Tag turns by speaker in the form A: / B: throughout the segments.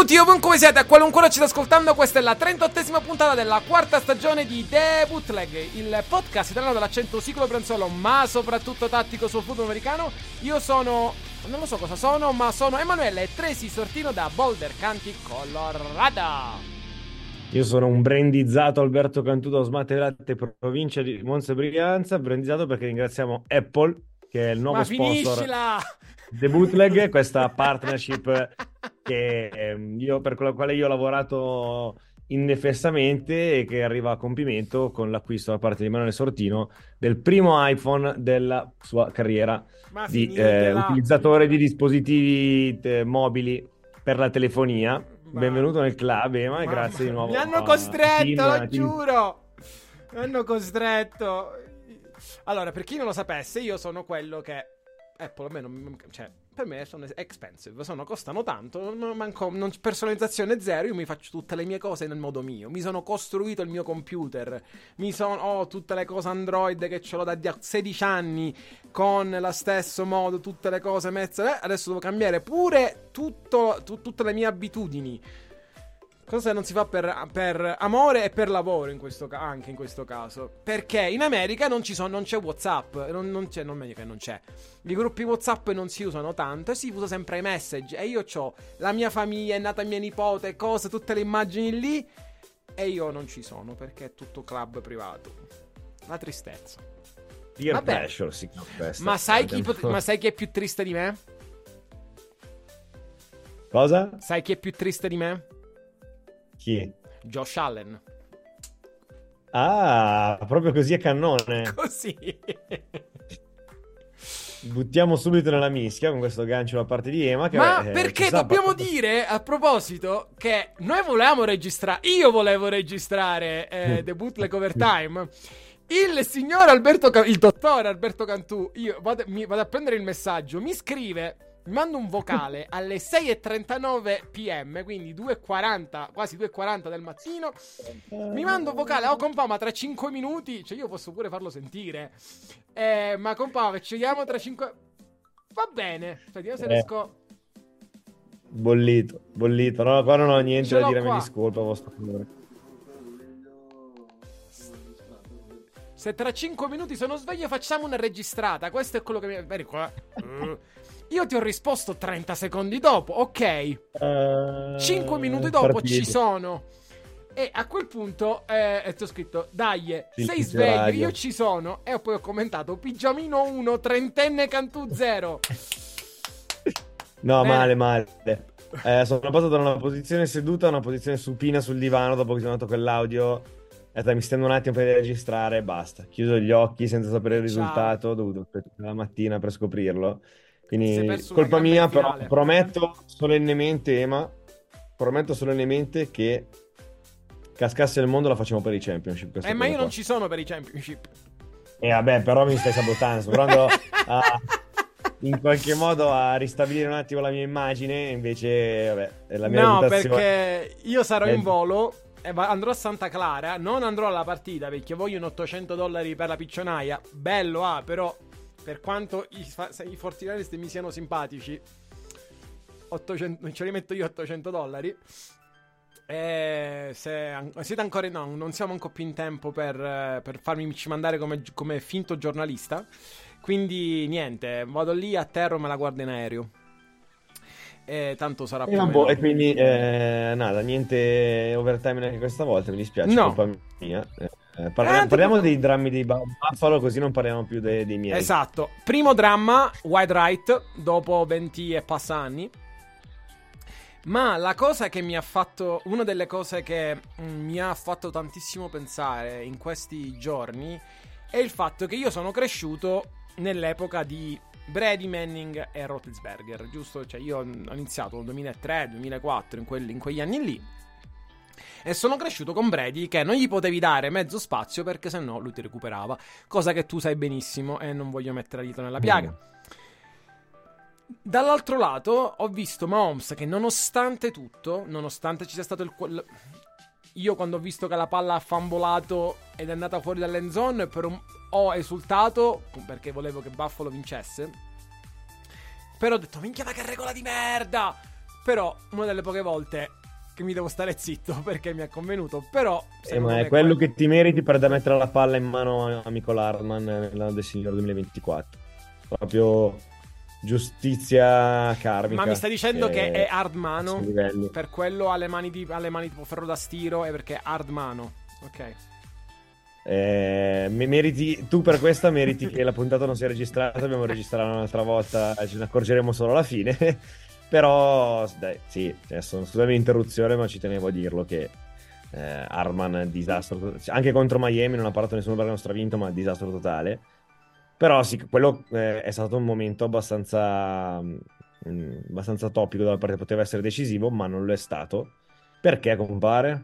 A: Benvenuti ovunque siete, a qualunque ora ci state ascoltando. Questa è la 38esima puntata della quarta stagione di The Bootleg, il podcast italiano dall'accento sicuro-brenzuolo, ma soprattutto tattico sul football americano. Io sono... non lo so cosa sono, ma sono Emanuele Tresi Sortino da Boulder County, Colorado.
B: Io sono un brandizzato Alberto Cantù da Osmate Latte, provincia di Monza e Brianza. Brandizzato perché ringraziamo Apple, che è il nuovo
A: Ma
B: sponsor
A: finiscila!
B: The Bootleg, questa partnership per la quale io ho lavorato indefessamente e che arriva a compimento con l'acquisto da parte di Emanuele Sortino del primo iPhone della sua carriera
A: Ma
B: di
A: finitela!
B: utilizzatore di dispositivi mobili per la telefonia. Benvenuto nel club, Ema, e grazie di nuovo.
A: Mi hanno costretto, lo
B: team.
A: giuro! Mi hanno costretto. Allora, per chi non lo sapesse, io sono quello che Apple a me non, cioè, per me sono expensive, costano tanto, personalizzazione zero, io mi faccio tutte le mie cose nel modo mio, mi sono costruito il mio computer, ho tutte le cose Android che ce l'ho da 16 anni con lo stesso modo, tutte le cose mezze, adesso devo cambiare pure tutte le mie abitudini. Cosa non si fa per amore e per lavoro anche in questo caso. Perché in America non c'è WhatsApp. Non c'è. I gruppi WhatsApp non si usano tanto e si usa sempre iMessage. E io ho la mia famiglia, è nata mia nipote, cose, tutte le immagini lì. E io non ci sono perché è tutto club privato. La tristezza.
B: Peer pressure si chiama.
A: Ma sai chi è più triste di me?
B: Cosa?
A: Sai chi è più triste di me?
B: Chi?
A: Josh Allen.
B: Ah, proprio così a cannone.
A: Così.
B: Buttiamo subito nella mischia con questo gancio da parte di Ema.
A: Ma perché dobbiamo dire, a proposito, che noi volevamo registrare, io volevo registrare The Bootleg Overtime. Il signor il dottore Alberto Cantù, io vado a prendere il messaggio, mi scrive... Mi mando un vocale alle 6:39 PM, quindi 2:40, quasi 2:40 del mattino. Mi mando un vocale, compà, ma tra 5 minuti, cioè io posso pure farlo sentire. Ma compà, ci vediamo tra 5... Va bene, vediamo se riesco...
B: Bollito, no, qua non ho niente da dire,
A: qua.
B: mi discolpa, vostro favore.
A: Se tra 5 minuti sono sveglio facciamo una registrata, questo è quello che mi... Vedi qua? Io ti ho risposto 30 secondi dopo, ok. 5 minuti dopo
B: partito.
A: ci sono. E a quel punto ti ho scritto, dai,
B: Il
A: sei sveglio,
B: radio.
A: io ci sono. E poi ho commentato, pigiamino 1, trentenne Cantù 0.
B: No,
A: Bene.
B: male. Sono passato da una posizione seduta a una posizione supina sul divano dopo che ho suonato quell'audio. Mi stendo un attimo per registrare e basta. Chiuso gli occhi senza sapere il risultato. Ho dovuto aspettare la mattina per scoprirlo. Quindi colpa mia, però prometto solennemente, Ema, che cascasse il mondo la facciamo per i championship.
A: Ma io non ci sono per i championship.
B: Vabbè, però mi stai sabotando. Sto provando in qualche modo a ristabilire un attimo la mia immagine. Invece, vabbè, la mia reputazione...
A: perché io sarò in volo e andrò a Santa Clara. Non andrò alla partita perché vogliono $800 per la piccionaia. Bello, però... Per quanto i 49ers mi siano simpatici, 800, ce li metto io $800. Se siete ancora... No, non siamo ancora più in tempo per farmi mandare come finto giornalista. Quindi niente, vado lì, atterro, me la guardo in aereo. Tanto sarà più o meno.
B: E quindi nada, niente overtime neanche questa volta, mi dispiace,
A: No.
B: colpa mia. Parliamo dei drammi di Buffalo, così non parliamo più dei miei.
A: Esatto. Primo dramma, wide right, dopo 20 e passa anni. Ma la cosa che mi ha fatto... Una delle cose che mi ha fatto tantissimo pensare in questi giorni è il fatto che io sono cresciuto nell'epoca di Brady, Manning e Roethlisberger, giusto? Cioè io ho iniziato nel 2003, 2004, in quegli anni lì. E sono cresciuto con Brady che non gli potevi dare mezzo spazio perché sennò lui ti recuperava. Cosa che tu sai benissimo e non voglio mettere la dita nella piaga. Dall'altro lato ho visto Mahomes che nonostante tutto, nonostante ci sia stato io quando ho visto che la palla ha fambolato ed è andata fuori dall'end zone ho esultato perché volevo che Buffalo vincesse. Però ho detto minchia ma che regola di merda. Però una delle poche volte che mi devo stare zitto perché mi è convenuto, però
B: ma è quello che ti meriti per da mettere la palla in mano a Michael Hardman nell'anno del Signore 2024. Proprio giustizia karmica.
A: Ma mi stai dicendo che è Hardmano?
B: Livelli.
A: Per quello ha le mani tipo ferro da stiro e perché è Hardmano. Ok.
B: Meriti, tu per questa meriti che la puntata non sia registrata, dobbiamo registrarla un'altra volta, ce ne accorgeremo solo alla fine. Però dai, sì, scusami l'interruzione, ma ci tenevo a dirlo che Hardman è disastro, anche contro Miami non ha parlato nessuno perché non ha stravinto, ma disastro totale. Però sì, quello è stato un momento abbastanza topico dalla parte, poteva essere decisivo, ma non lo è stato. Perché, compare?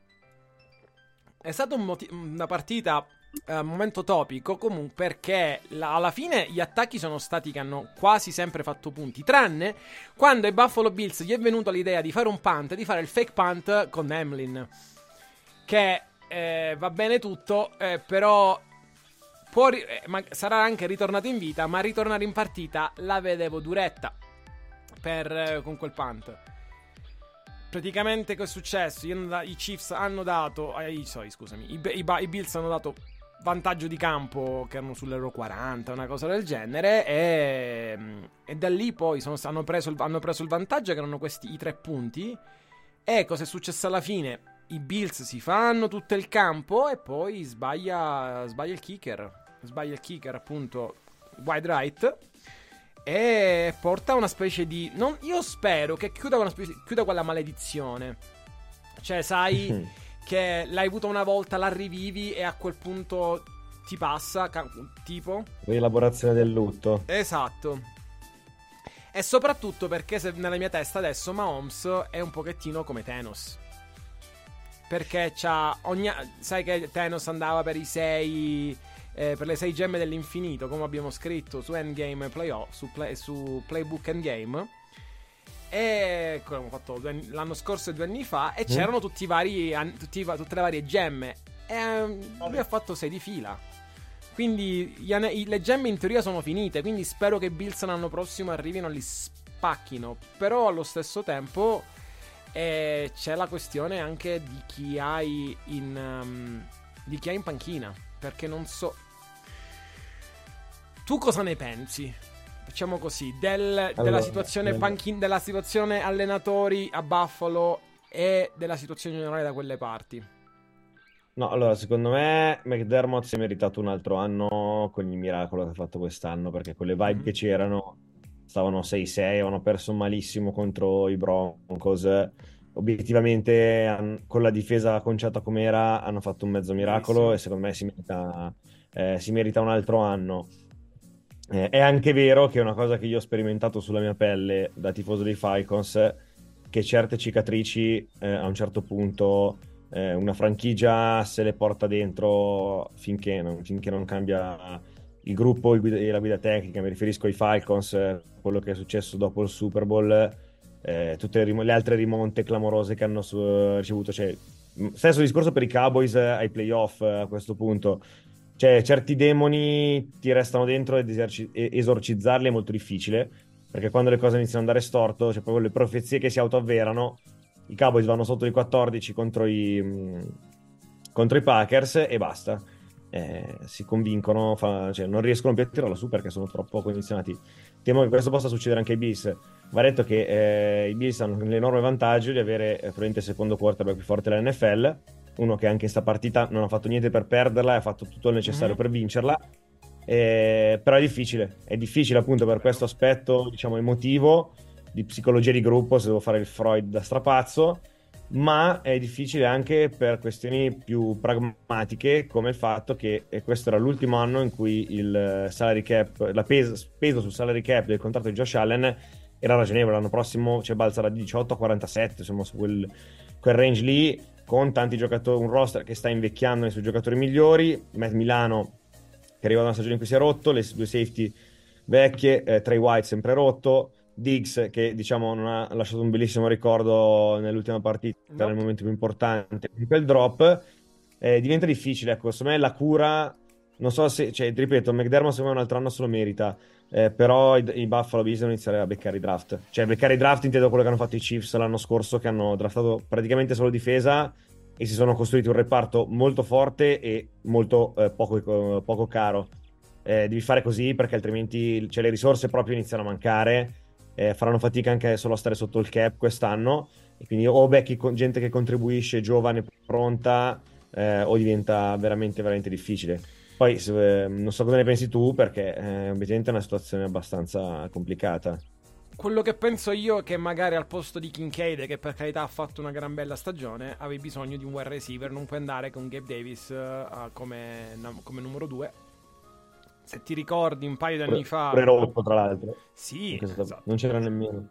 A: È stata una partita, un momento topico, comunque, perché alla fine gli attacchi sono stati che hanno quasi sempre fatto punti, tranne quando ai Buffalo Bills gli è venuta l'idea di fare un punt, di fare il fake punt con Hamlin, che va bene tutto, però sarà anche ritornato in vita, ma ritornare in partita la vedevo duretta con quel punt. Praticamente che è successo? I Chiefs hanno dato i Bills hanno dato vantaggio di campo che erano sulle loro 40, una cosa del genere, e da lì poi hanno preso il vantaggio, che erano questi i 3 punti. E cosa è successo alla fine? I Bills si fanno tutto il campo e poi sbaglia il kicker, appunto, wide right, e porta una specie di io spero che chiuda quella maledizione. Cioè, sai che l'hai avuta una volta, la rivivi e a quel punto ti passa, tipo
B: rielaborazione del lutto.
A: Esatto. E soprattutto perché nella mia testa adesso Mahomes è un pochettino come Thanos, perché sai che Thanos andava per i 6 per le 6 gemme dell'infinito, come abbiamo scritto su Endgame Playoff, su Playbook Endgame, e quello abbiamo fatto l'anno scorso e 2 anni fa, e c'erano tutte le varie gemme, e lui ha fatto 6 di fila. Quindi le gemme in teoria sono finite, quindi spero che Bills l'anno prossimo arrivino e li spacchino. Però allo stesso tempo c'è la questione anche di chi hai in panchina, perché non so. Tu cosa ne pensi? Facciamo così, della situazione della situazione allenatori a Buffalo e della situazione generale da quelle parti.
B: No, allora, secondo me McDermott si è meritato un altro anno con il miracolo che ha fatto quest'anno, perché con le vibe che c'erano, stavano 6-6, avevano perso malissimo contro i Broncos. Obiettivamente, con la difesa conciata come era, hanno fatto un mezzo miracolo, e secondo me si merita un altro anno. È anche vero che è una cosa che io ho sperimentato sulla mia pelle da tifoso dei Falcons, che certe cicatrici a un certo punto una franchigia se le porta dentro finché non cambia il gruppo e la guida tecnica. Mi riferisco ai Falcons, quello che è successo dopo il Super Bowl, tutte le altre rimonte clamorose che hanno ricevuto. Cioè, stesso discorso per i Cowboys ai playoff a questo punto. Cioè, certi demoni ti restano dentro ed esorcizzarli è molto difficile, perché quando le cose iniziano ad andare storto, cioè proprio le profezie che si autoavverano, i Cowboys vanno sotto i 14 contro i Packers e basta. Si convincono, cioè non riescono più a tirarla su perché sono troppo condizionati. Temo che questo possa succedere anche ai Bills. Va detto che i Bills hanno l'enorme vantaggio di avere probabilmente il secondo quarterback più forte della NFL, uno che anche in sta partita non ha fatto niente per perderla e ha fatto tutto il necessario per vincerla. Però è difficile appunto per questo aspetto, diciamo, emotivo, di psicologia di gruppo, se devo fare il Freud da strapazzo, ma è difficile anche per questioni più pragmatiche, come il fatto che questo era l'ultimo anno in cui il salary cap, peso sul salary cap del contratto di Josh Allen era ragionevole. L'anno prossimo balza da 18 a 47, insomma, su quel range lì, con tanti giocatori, un roster che sta invecchiando nei suoi giocatori migliori. Matt Milano, che arriva da una stagione in cui si è rotto, le 2 safety vecchie, Trey White sempre rotto, Diggs che diciamo non ha lasciato un bellissimo ricordo nell'ultima partita, nel momento più importante di quel drop. Diventa difficile, ecco. Secondo me la cura non so se, cioè, ti ripeto, McDermott secondo me un altro anno se lo merita, però i Buffalo Bills devono iniziare a beccare i draft. Cioè, beccare i draft intendo quello che hanno fatto i Chiefs l'anno scorso, che hanno draftato praticamente solo difesa e si sono costruiti un reparto molto forte e molto poco caro. Devi fare così perché altrimenti cioè, le risorse proprio iniziano a mancare, faranno fatica anche solo a stare sotto il cap quest'anno, e quindi o becchi gente che contribuisce, giovane, pronta, o diventa veramente, veramente difficile. Poi non so cosa ne pensi tu, perché ovviamente è una situazione abbastanza complicata.
A: Quello che penso io è che magari al posto di Kincaid, che per carità ha fatto una gran bella stagione, avevi bisogno di un wide receiver, non puoi andare con Gabe Davis come numero 2. Se ti ricordi un paio di anni fa...
B: Pure rotto, tra l'altro.
A: Sì,
B: esatto. Non c'era nemmeno.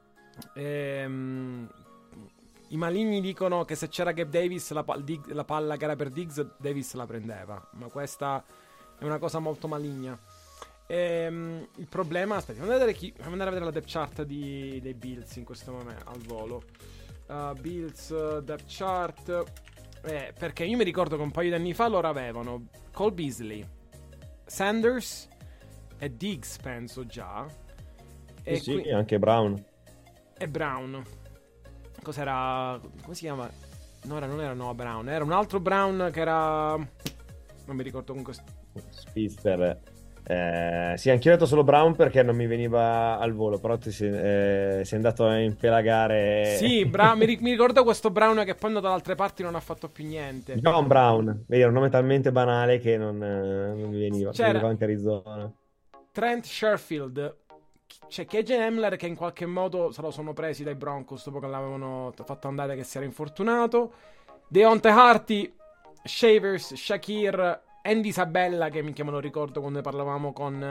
A: I maligni dicono che se c'era Gabe Davis la palla che era per Diggs, Davis la prendeva. Ma questa è una cosa molto maligna. Il problema, aspetta, andiamo a vedere la depth chart dei Bills in questo momento al volo. Bills depth chart, perché io mi ricordo che un paio di anni fa loro avevano Cole Beasley, Sanders e Diggs, penso già.
B: E sì, anche Brown.
A: E Brown. Cos'era? Come si chiama? No, non era Noah Brown, era un altro Brown che era... Non mi ricordo comunque.
B: Spister. Sì, anch'io ho detto solo Brown perché non mi veniva al volo, però ti sei andato a impelagare.
A: Sì, mi ricordo questo Brown che poi andato da altre parti non ha fatto più niente.
B: John Brown, era un nome talmente banale che non mi veniva.
A: C'era
B: anche Arizona.
A: Trent Sherfield, c'è KJ Hamler che in qualche modo se lo sono presi dai Broncos dopo che l'avevano fatto andare, che si era infortunato. Deontay Harty, Shavers, Shakir, Andy Sabella, che minchia me lo ricordo quando ne parlavamo con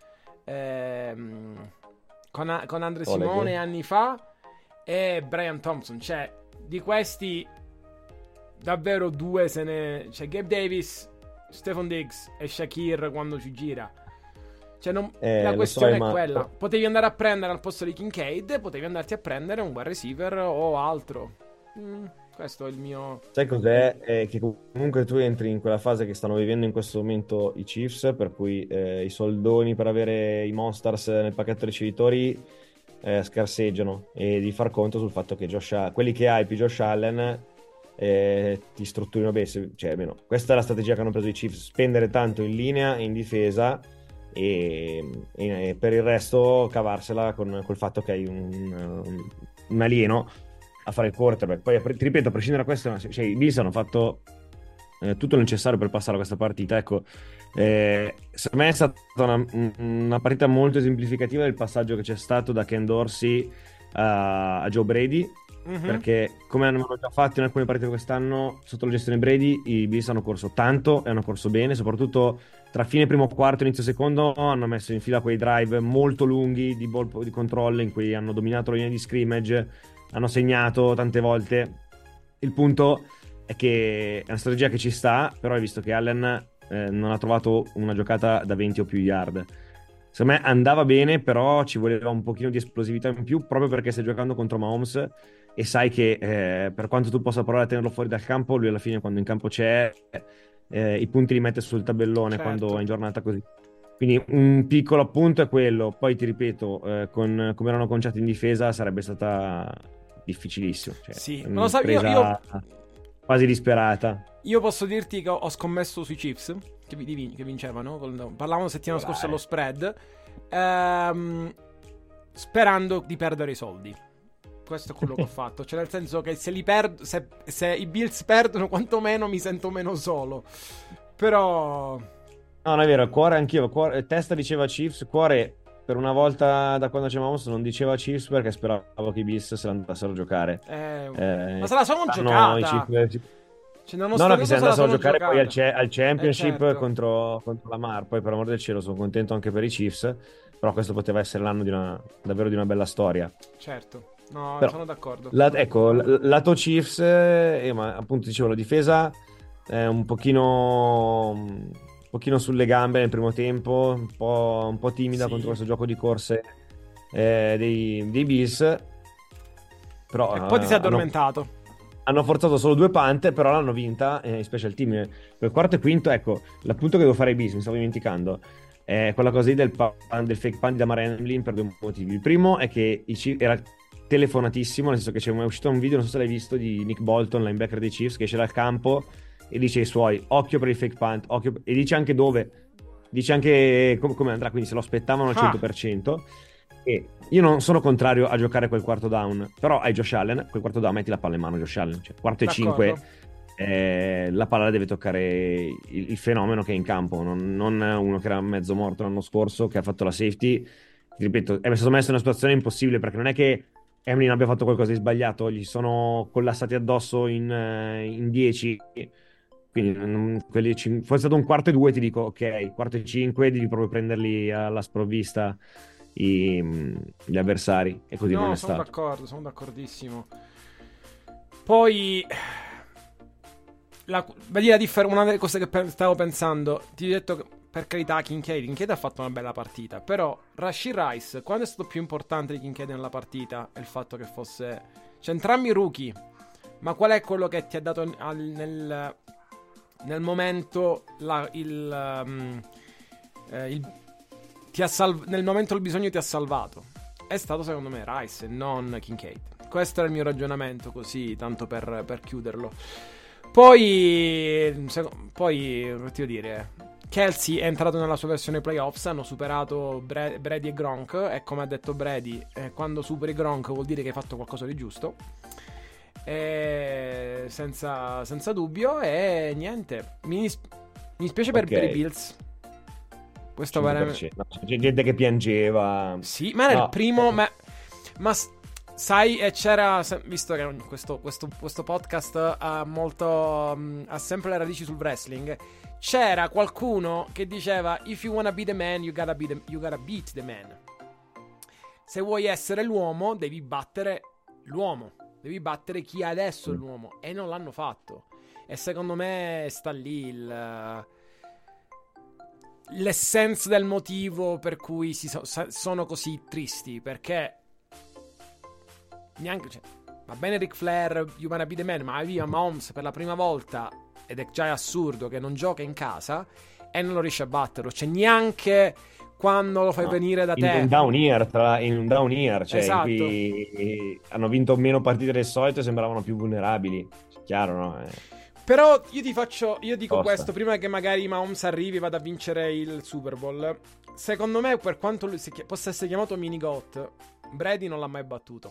A: Andre Simone anni fa, e Brian Thompson. Cioè, di questi davvero due se ne... Cioè, Gabe Davis, Stephon Diggs e Shakir quando ci gira. Cioè, la questione è quella. Potevi andare a prendere al posto di Kincaid, potevi andarti a prendere un wide receiver o altro. Questo è il mio...
B: Sai cos'è? Che comunque tu entri in quella fase che stanno vivendo in questo momento i Chiefs, per cui i soldoni per avere i Monsters nel pacchetto ricevitori scarseggiano, e di far conto sul fatto che quelli che hai più Josh Allen ti strutturino bene. Cioè, almeno questa è la strategia che hanno preso i Chiefs: spendere tanto in linea e in difesa, e per il resto cavarsela col fatto che hai un alieno a fare il quarterback. Poi ti ripeto, a prescindere da questo, cioè, i Bills hanno fatto tutto il necessario per passare a questa partita. Ecco, secondo me è stata una partita molto esemplificativa del passaggio che c'è stato da Ken Dorsey a Joe Brady, perché come hanno già fatto in alcune partite quest'anno sotto la gestione Brady, i Bills hanno corso tanto e hanno corso bene, soprattutto tra fine primo quarto e inizio secondo hanno messo in fila quei drive molto lunghi di ball di controllo in cui hanno dominato la linea di scrimmage, hanno segnato tante volte. Il punto è che è una strategia che ci sta, però hai visto che Allen non ha trovato una giocata da 20 o più yard. Secondo me andava bene, però ci voleva un pochino di esplosività in più, proprio perché stai giocando contro Mahomes e sai che per quanto tu possa provare a tenerlo fuori dal campo, lui alla fine quando in campo c'è i punti li mette sul tabellone, certo, quando è in giornata così. Quindi un piccolo appunto è quello. Poi ti ripeto, come erano conciati in difesa sarebbe stata difficilissimo, cioè,
A: sì, ma lo sai, io
B: quasi disperata.
A: Io posso dirti che ho scommesso sui Chiefs che vincevano. Parlavamo settimana scorsa allo spread, sperando di perdere i soldi. Questo è quello che ho fatto. Cioè, nel senso che se i Bills perdono, quantomeno mi sento meno solo. Però
B: no, non è vero, cuore anch'io. Testa diceva Chiefs, cuore per una volta da quando c'è Mahomes non diceva Chiefs, perché speravo che i Bills se la andassero a giocare.
A: Ma se la sono giocata.
B: No, che se andassero a giocare poi al Championship,
A: certo,
B: contro Lamar. Poi per amor del cielo sono contento anche per i Chiefs, però questo poteva essere l'anno davvero di una bella storia.
A: Certo, no,
B: però,
A: sono d'accordo.
B: Ecco, lato Chiefs, ma appunto dicevo, la difesa è un pochino sulle gambe nel primo tempo, un po' timida, sì, contro questo gioco di corse dei Bills, però
A: e poi ti sei addormentato.
B: hanno forzato solo 2 punt, però l'hanno vinta in special team. Quel quarto e quinto, ecco, l'appunto che devo fare ai Bees, mi stavo dimenticando, è quella cosa lì del fake punt di Damar Hamlin per 2 motivi. Il primo è che era telefonatissimo, nel senso che è uscito un video, non so se l'hai visto, di Nick Bolton, linebacker dei Chiefs, che esce dal campo e dice ai suoi: occhio per il fake punt, occhio, e dice anche dove, dice anche come andrà, quindi se lo aspettavano al 100%. E io non sono contrario a giocare quel quarto down, però hai Josh Allen, quel quarto down metti la palla in mano a Josh Allen, cioè quarto e 5, la palla deve toccare il fenomeno che è in campo, non uno che era mezzo morto l'anno scorso, che ha fatto la safety. Ti ripeto, è stato messo in una situazione impossibile, perché non è che Hamlin abbia fatto qualcosa di sbagliato, gli sono collassati addosso in 10, quindi fosse stato un quarto e 2 ti dico ok, quarto e 5 devi proprio prenderli alla sprovvista gli avversari, e così non è
A: sono
B: stato.
A: d'accordo, sono d'accordissimo. Poi una delle cose che stavo pensando, ti ho detto che, per carità, Kincaid ha fatto una bella partita, però Rashee Rice, quando è stato più importante di Kincaid nella partita, è il fatto che fosse, cioè, entrambi rookie, ma qual è quello che ti ha dato nel momento nel momento del bisogno ti ha salvato? È stato, secondo me, Rice e non Kincaid. Questo è il mio ragionamento, così, tanto per chiuderlo. Poi, che ti devo dire, Kelsey è entrato nella sua versione playoffs, hanno superato Brady e Gronk, e come ha detto Brady, quando superi Gronk vuol dire che hai fatto qualcosa di giusto, senza dubbio. E niente, mi dispiace per i Bills. Questo veramente...
B: No, c'è gente che piangeva.
A: Sì, ma era il primo, ma sai, c'era, visto che questo podcast ha sempre le radici sul wrestling, c'era qualcuno che diceva: if you wanna be the man, you gotta beat the man. Se vuoi essere l'uomo, devi battere l'uomo, devi battere chi adesso è l'uomo, e non l'hanno fatto. E secondo me sta lì l'essenza del motivo per cui sono così tristi, perché neanche, cioè, va bene Ric Flair, You Wanna Be The Man, ma via Mahomes per la prima volta, ed è già assurdo che non gioca in casa e non lo riesce a batterlo, cioè neanche quando lo fai venire da te
B: in un down year, cioè, esatto, in cui hanno vinto meno partite del solito e sembravano più vulnerabili, chiaro, no?
A: Però io dico questo prima che magari Mahomes arrivi e vada a vincere il Super Bowl. Secondo me, per quanto lui possa essere chiamato mini GOAT, Brady non l'ha mai battuto.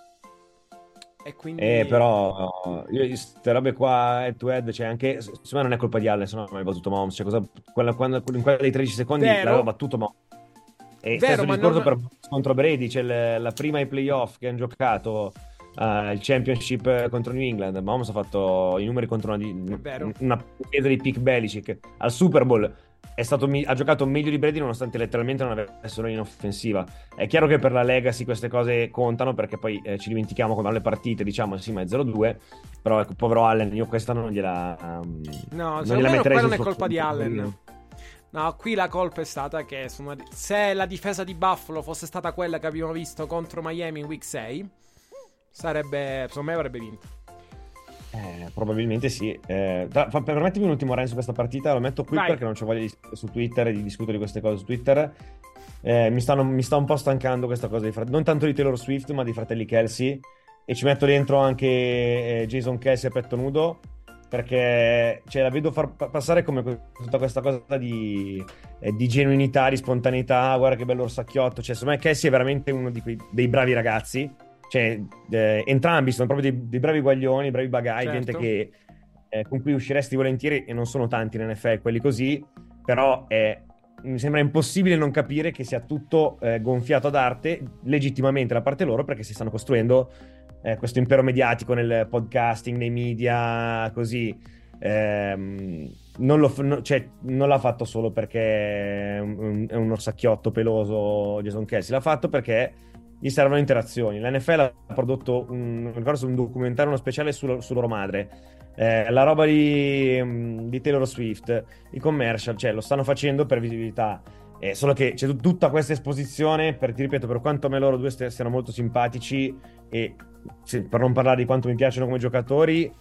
A: E quindi...
B: però queste robe qua head to head, cioè, anche secondo me non è colpa di Allen se non ha mai battuto Mahomes, cioè, in quella dei 13 secondi l'aveva battuto Mahomes. E stesso discorso contro Brady, c'è la prima ai playoff che hanno giocato, il championship contro New England, Mahomes ha fatto i numeri contro una chiesa di Pick Belichick. Al Super Bowl ha giocato meglio di Brady, nonostante letteralmente non avessero in offensiva. È chiaro che per la legacy queste cose contano, perché poi ci dimentichiamo come alle partite, diciamo sì, ma è 0-2, però ecco, povero Allen, io questa non gliela
A: no, non gliela metterei. Non è colpa di Allen. No, qui la colpa è stata che se la difesa di Buffalo fosse stata quella che abbiamo visto contro Miami in Week 6, secondo me avrebbe vinto.
B: Probabilmente sì. Permettimi un ultimo rant su questa partita, lo metto qui. Vai. Perché non c'ho voglia su Twitter di discutere di queste cose su Twitter. Mi sta un po' stancando questa cosa non tanto di Taylor Swift, ma di fratelli Kelsey, e ci metto dentro anche Jason Kelsey a petto nudo, perché la vedo far passare come tutta questa cosa di genuinità, di spontaneità. Guarda che bello orsacchiotto, cioè secondo me Kelsey è veramente uno dei bravi ragazzi. Cioè, entrambi sono proprio dei bravi guaglioni, bravi bagai, certo, gente che con cui usciresti volentieri, e non sono tanti in NFL quelli così, però mi sembra impossibile non capire che sia tutto gonfiato ad arte, legittimamente da parte loro, perché si stanno costruendo questo impero mediatico nel podcasting, nei media, così. Non l'ha fatto solo perché è un orsacchiotto peloso Jason Kelsey, l'ha fatto perché gli servono interazioni. L'NFL ha prodotto non ricordo se un documentario, uno speciale su loro madre, la roba di Taylor Swift, i commercial, cioè lo stanno facendo per visibilità, solo che c'è tutta questa esposizione, ti ripeto, per quanto a me loro due siano molto simpatici, e per non parlare di quanto mi piacciono come giocatori,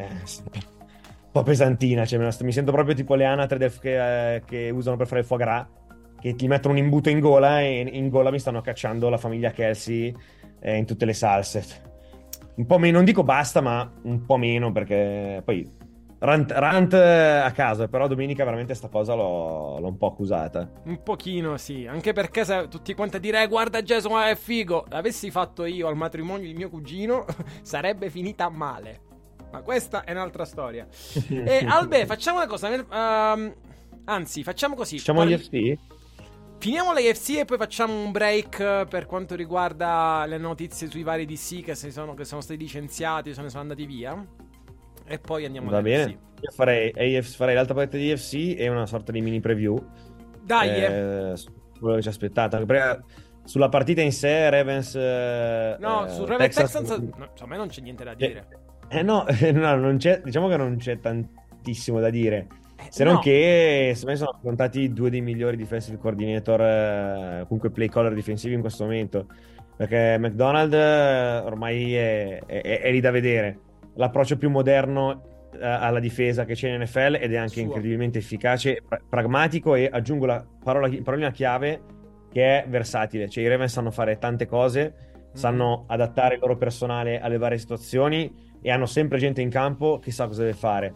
B: un po' pesantina, cioè mi sento proprio tipo le anatre che usano per fare il foie gras, che ti mettono un imbuto in gola e in gola mi stanno cacciando la famiglia Kelsey in tutte le salse. Un po' meno, non dico basta, ma un po' meno, perché poi rant a caso, però domenica veramente sta cosa l'ho un po' accusata.
A: Un pochino sì, anche perché se tutti quanti a dire guarda Jason è figo, l'avessi fatto io al matrimonio di mio cugino sarebbe finita male. Ma questa è un'altra storia. E Albe, facciamo una cosa, anzi facciamo così.
B: Facciamo gli FC?
A: Finiamo l'AFC e poi facciamo un break per quanto riguarda le notizie sui vari DC che sono stati licenziati, se ne sono andati via. E poi andiamo
B: Va
A: all'AFC.
B: bene, io farei l'altra parte di AFC e una sorta di mini preview.
A: Dai,
B: su quello che ci aspettate. Perché sulla partita in sé, Ravens...
A: no, su Ravens Texans,
B: no,
A: a me non c'è niente da dire.
B: No, non c'è, diciamo che non c'è tantissimo da dire. Se
A: no.
B: non che, secondo me, sono affrontati due dei migliori defensive coordinator, comunque play caller difensivi in questo momento. Perché McDonald ormai è lì da vedere. L'approccio più moderno alla difesa che c'è in NFL ed è anche incredibilmente efficace, pragmatico e aggiungo la parolina chiave che è versatile. Cioè i Ravens sanno fare tante cose, sanno adattare il loro personale alle varie situazioni e hanno sempre gente in campo che sa cosa deve fare.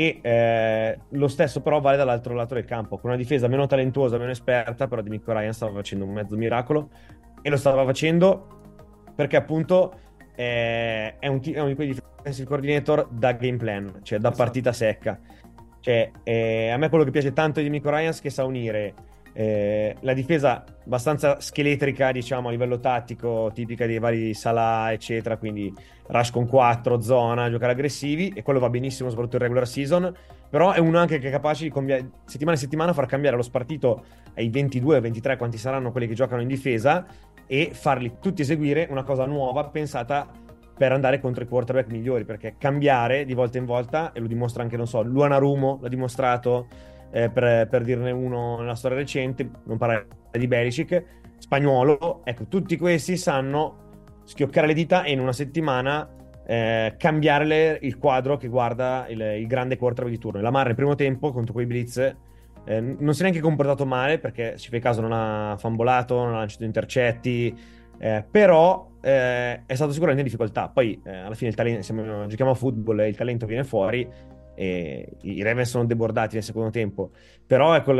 B: E lo stesso però vale dall'altro lato del campo, con una difesa meno talentuosa, meno esperta, però DeMeco Ryan stava facendo un mezzo miracolo e lo stava facendo perché appunto è uno di quei defensive coordinator da game plan, cioè da partita secca. Cioè, a me quello che piace tanto di DeMeco Ryan è che sa unire la difesa abbastanza scheletrica, diciamo, a livello tattico, tipica dei vari Salah, eccetera, quindi rush con 4, zona, giocare aggressivi, e quello va benissimo soprattutto in regular season, però è uno anche che è capace di settimana in settimana far cambiare lo spartito ai 22, 23, quanti saranno quelli che giocano in difesa, e farli tutti eseguire una cosa nuova pensata per andare contro i quarterback migliori, perché cambiare di volta in volta, e lo dimostra anche, non so, Luana Rumo l'ha dimostrato, per dirne uno nella storia recente, non parlare di Belichick, Spagnuolo, ecco, tutti questi sanno schioccare le dita e in una settimana cambiare il quadro che guarda il grande quarterback di turno. Lamar nel primo tempo contro quei blitz non si è neanche comportato male, perché se ci fai caso non ha fambolato, non ha lanciato intercetti, però è stato sicuramente in difficoltà. Poi alla fine giochiamo a football e il talento viene fuori e i Ravens sono debordati nel secondo tempo, però ecco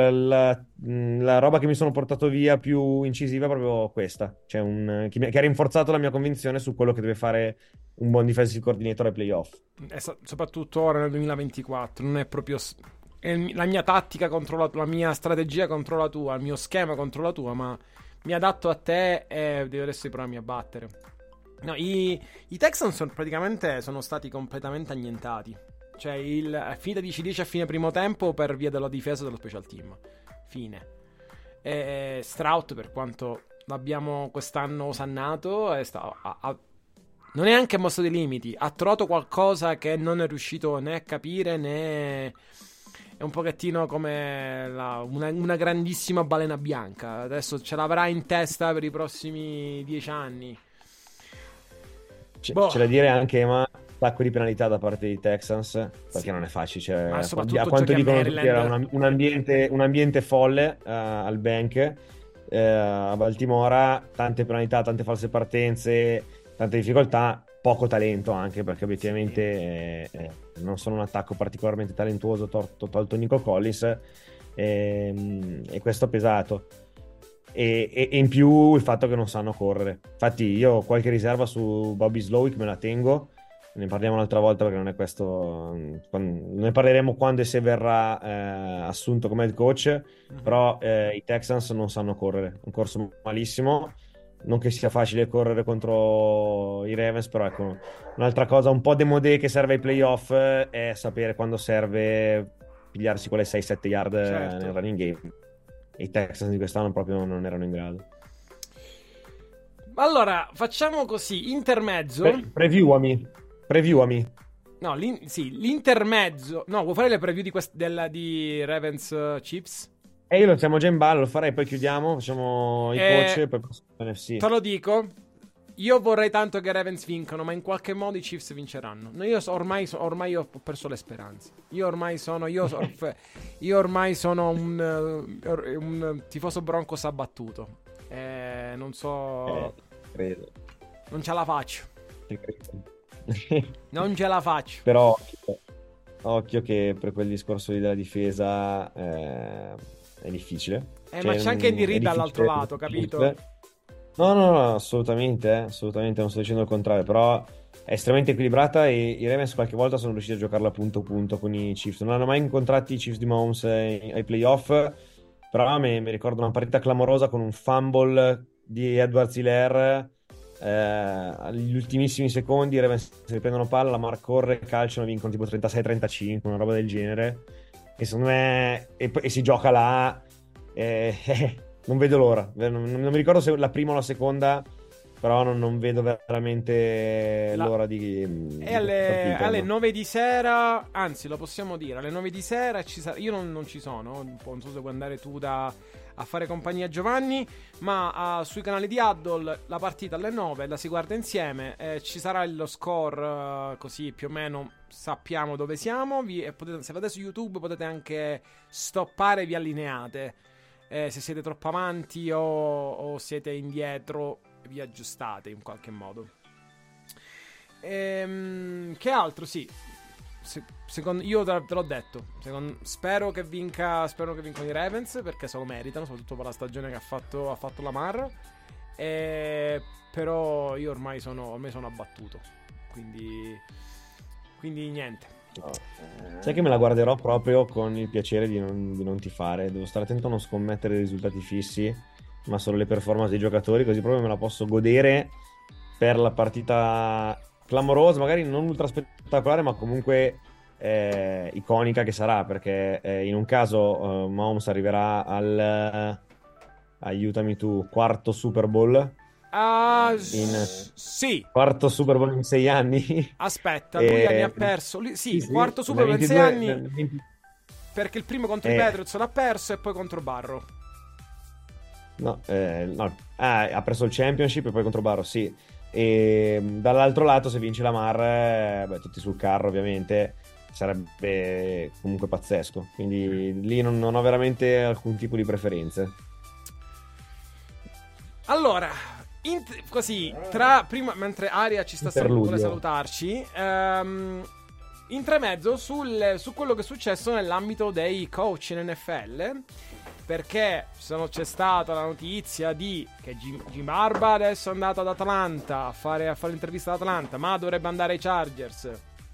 B: la roba che mi sono portato via più incisiva è proprio questa, cioè che ha rinforzato la mia convinzione su quello che deve fare un buon defensive coordinator ai playoff,
A: soprattutto ora nel 2024. Non è proprio la mia tattica contro la mia strategia contro la tua, il mio schema contro la tua, ma mi adatto a te e devo adesso provarmi a battere. No, i Texans praticamente sono stati completamente annientati. Cioè, è finita 10-10 a fine primo tempo per via della difesa dello special team. Fine. E Stroud, per quanto l'abbiamo quest'anno osannato, non è anche mosso dei limiti. Ha trovato qualcosa che non è riuscito né a capire né... È un pochettino come una grandissima balena bianca. Adesso ce l'avrà in testa per i prossimi 10 anni.
B: C'è da dire anche, ma sacco di penalità da parte dei Texans, perché sì, non è facile, cioè,
A: ma soprattutto
B: a quanto dicono tutti era un ambiente folle al bank a Baltimora, tante penalità, tante false partenze, tante difficoltà, poco talento anche, perché obiettivamente non sono un attacco particolarmente talentuoso, tolto Nico Collins, e questo ha pesato. E in più il fatto che non sanno correre. Infatti io ho qualche riserva su Bobby Slowick, me la tengo, ne parliamo un'altra volta perché non è questo, ne parleremo quando e se verrà assunto come head coach, però i Texans non sanno correre, un corso malissimo, non che sia facile correre contro i Ravens, però ecco, un'altra cosa un po' demodé che serve ai playoff è sapere quando serve pigliarsi quelle 6-7 yard nel running game. I Texans di quest'anno proprio non erano in grado.
A: Allora, facciamo così, intermezzo.
B: Previewami.
A: No, l'intermezzo. No, vuoi fare le preview di Ravens Chiefs?
B: Io lo siamo già in ballo, lo farei, poi chiudiamo, facciamo i coach e poi passiamo NFC.
A: Te lo dico. Io vorrei tanto che i Ravens vincano, ma in qualche modo i Chiefs vinceranno. No, ormai ho perso le speranze. Io ormai sono un tifoso Broncos abbattuto. Non so.
B: Credo.
A: Non ce la faccio.
B: Credo.
A: Non ce la faccio.
B: Però occhio che per quel discorso lì della difesa è difficile.
A: Ma c'è anche Andy Reid dall'altro lato, capito?
B: No, assolutamente, non sto dicendo il contrario, però è estremamente equilibrata e i Ravens qualche volta sono riusciti a giocarla punto a punto con i Chiefs. Non hanno mai incontrato i Chiefs di Mahomes ai playoff, però mi ricordo una partita clamorosa con un fumble di Edwards-Helaire agli ultimissimi secondi, i Ravens si riprendono palla, Lamar corre, calciano, vincono tipo 36-35, una roba del genere, e secondo me e si gioca là. Non vedo l'ora. Non mi ricordo se la prima o la seconda, però non vedo veramente l'ora di
A: e alle 9 di sera, anzi lo possiamo dire, alle 9 di sera io non ci sono, non so se puoi andare tu a fare compagnia a Giovanni, ma sui canali di Huddle la partita alle 9 la si guarda insieme, ci sarà lo score, così più o meno sappiamo dove siamo, se andate su YouTube potete anche stoppare, vi allineate. Se siete troppo avanti o siete indietro, vi aggiustate in qualche modo. Che altro? Sì, io te l'ho detto. Spero che vincano i Ravens, perché se lo meritano, soprattutto per la stagione che ha fatto Lamar. Però io ormai sono abbattuto. Quindi niente.
B: No. Sai che me la guarderò proprio con il piacere di non tifare. Devo stare attento a non scommettere i risultati fissi, ma solo le performance dei giocatori, così proprio me la posso godere per la partita clamorosa, magari non ultra spettacolare, ma comunque iconica che sarà, perché in un caso Mahomes arriverà aiutami tu, quarto Super Bowl.
A: Sì.
B: Quarto Super Bowl in 6 anni.
A: Aspetta, lui ne ha perso. Sì, quarto Super Bowl in 6 anni. Perché il primo contro i Patriots l'ha perso e poi contro Barrow.
B: No. Ha perso il Championship e poi contro Barrow, sì. E dall'altro lato, se vince Lamar, tutti sul carro ovviamente, sarebbe comunque pazzesco. Quindi lì non ho veramente alcun tipo di preferenze.
A: Allora, mentre Aria ci sta vuole salutarci, intremezzo su quello che è successo nell'ambito dei coach in NFL, perché c'è stata la notizia che Jim Harbaugh adesso è andato ad Atlanta a fare l'intervista ad Atlanta, ma dovrebbe andare ai Chargers.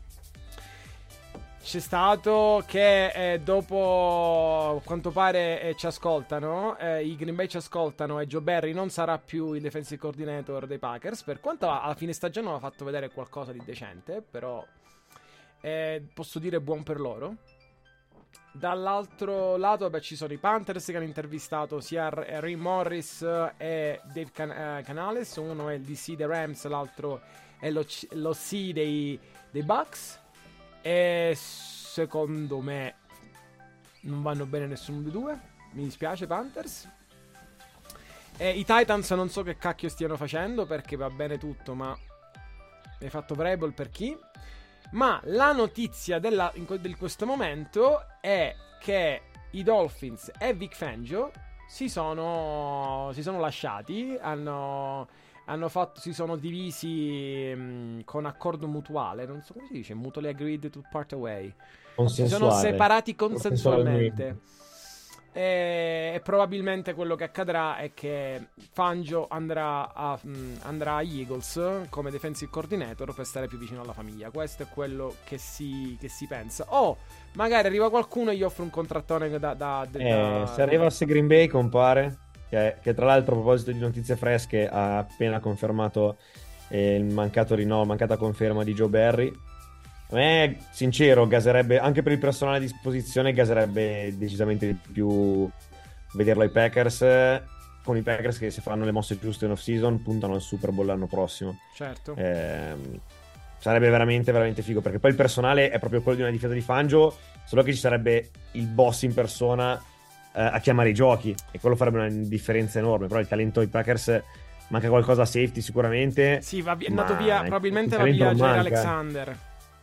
A: C'è stato che dopo, a quanto pare ci ascoltano, i Green Bay ci ascoltano e Joe Barry non sarà più il defensive coordinator dei Packers, per quanto alla fine stagione ha fatto vedere qualcosa di decente, però posso dire buon per loro. Dall'altro lato ci sono i Panthers che hanno intervistato sia Ray Morris e Dave Canales, uno è il DC dei Rams, l'altro è l'OC dei Bucks. E secondo me non vanno bene nessuno dei due. Mi dispiace Panthers. I Titans non so che cacchio stiano facendo, perché va bene tutto, ma hai fatto Vrabel per chi? Ma la notizia di questo momento è che i Dolphins e Vic Fangio si sono lasciati, si sono divisi con accordo mutuale, non so come si dice, mutually agreed to part away. Si sono separati consensualmente. E probabilmente quello che accadrà è che Fangio andrà agli Eagles come defensive coordinator per stare più vicino alla famiglia. Questo è quello che si pensa. Magari arriva qualcuno e gli offre un contrattone
B: se arrivasse Green Bay, compare, che tra l'altro, a proposito di notizie fresche, ha appena confermato mancata conferma di Joe Barry. A me, sincero, gaserebbe anche per il personale a disposizione, gaserebbe decisamente di più vederlo ai Packers, con i Packers che, se fanno le mosse giuste in off season, puntano al Super Bowl l'anno prossimo.
A: Certo.
B: Sarebbe veramente veramente figo, perché poi il personale è proprio quello di una difesa di Fangio, solo che ci sarebbe il boss in persona a chiamare i giochi, e quello farebbe una differenza enorme. Però il talento dei Packers manca qualcosa a safety sicuramente.
A: Sì, è andato via, probabilmente
B: il
A: va
B: talento
A: via
B: non
A: Jair
B: manca.
A: Alexander.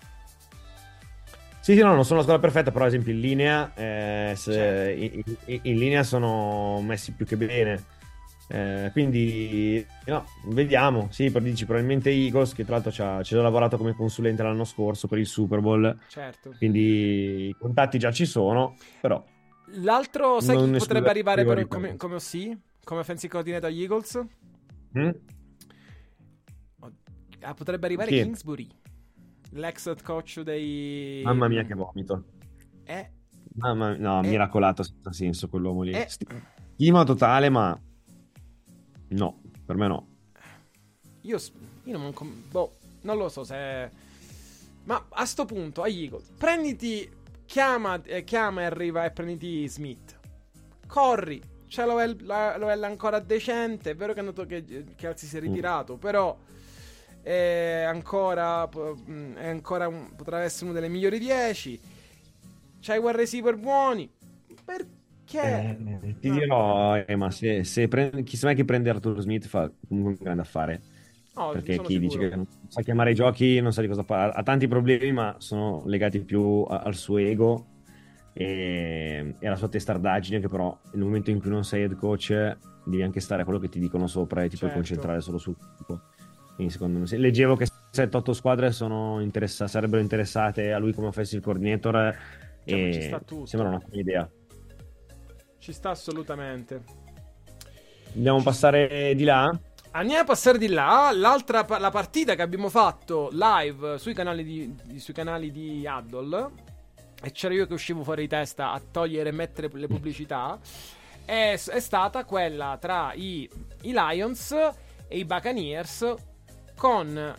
B: Sì, no, non sono la squadra perfetta, però ad esempio in linea,
A: Certo.
B: in linea sono messi più che bene. Quindi, no, vediamo. Sì, dici probabilmente Eagles, che tra l'altro ci ha già lavorato come consulente l'anno scorso per il Super Bowl.
A: Certo.
B: Quindi i contatti già ci sono, però
A: L'altro, sai chi
B: non
A: potrebbe
B: escludo
A: arrivare
B: arrivo a
A: come OC? Come offensive coordinator agli Eagles?
B: Mm?
A: Potrebbe arrivare
B: Chi?
A: Kingsbury, l'ex head coach dei...
B: Mamma mia, che vomito.
A: È...
B: No,
A: è...
B: miracolato senza senso quell'uomo lì.
A: è...
B: Stima totale, ma no, per me no.
A: Io, io non, boh, non lo so se... Ma a sto punto, agli Eagles, chiama e arriva e prenditi Smith. Corri, c'è l'OL ancora decente. È vero che è andato che Alzi si è ritirato, però è ancora potrà essere uno delle migliori 10. C'hai wide receiver buoni. Perché?
B: Ti
A: No,
B: dirò, ma se chissà mai chi prende Arthur Smith fa comunque un grande affare.
A: no,
B: Perché
A: sono
B: chi dice
A: sicuro.
B: che non sa chiamare i giochi non sa di cosa parla. Ha tanti problemi, ma sono legati più al suo ego e alla sua testardaggine, che però nel momento in cui non sei head coach devi anche stare a quello che ti dicono sopra e ti puoi
A: Certo.
B: concentrare solo sul campo. Quindi secondo me, leggevo che 7-8 squadre sarebbero interessate a lui come offensive coordinator
A: Cioè, ma ci sta
B: e sembra
A: tutto.
B: una buona idea.
A: Ci sta assolutamente.
B: Andiamo a passare di là?
A: Andiamo a passare di là. La partita che abbiamo fatto live sui canali sui canali di Addle, e c'ero io che uscivo fuori di testa a togliere e mettere le pubblicità, è stata quella tra i Lions e i Buccaneers, con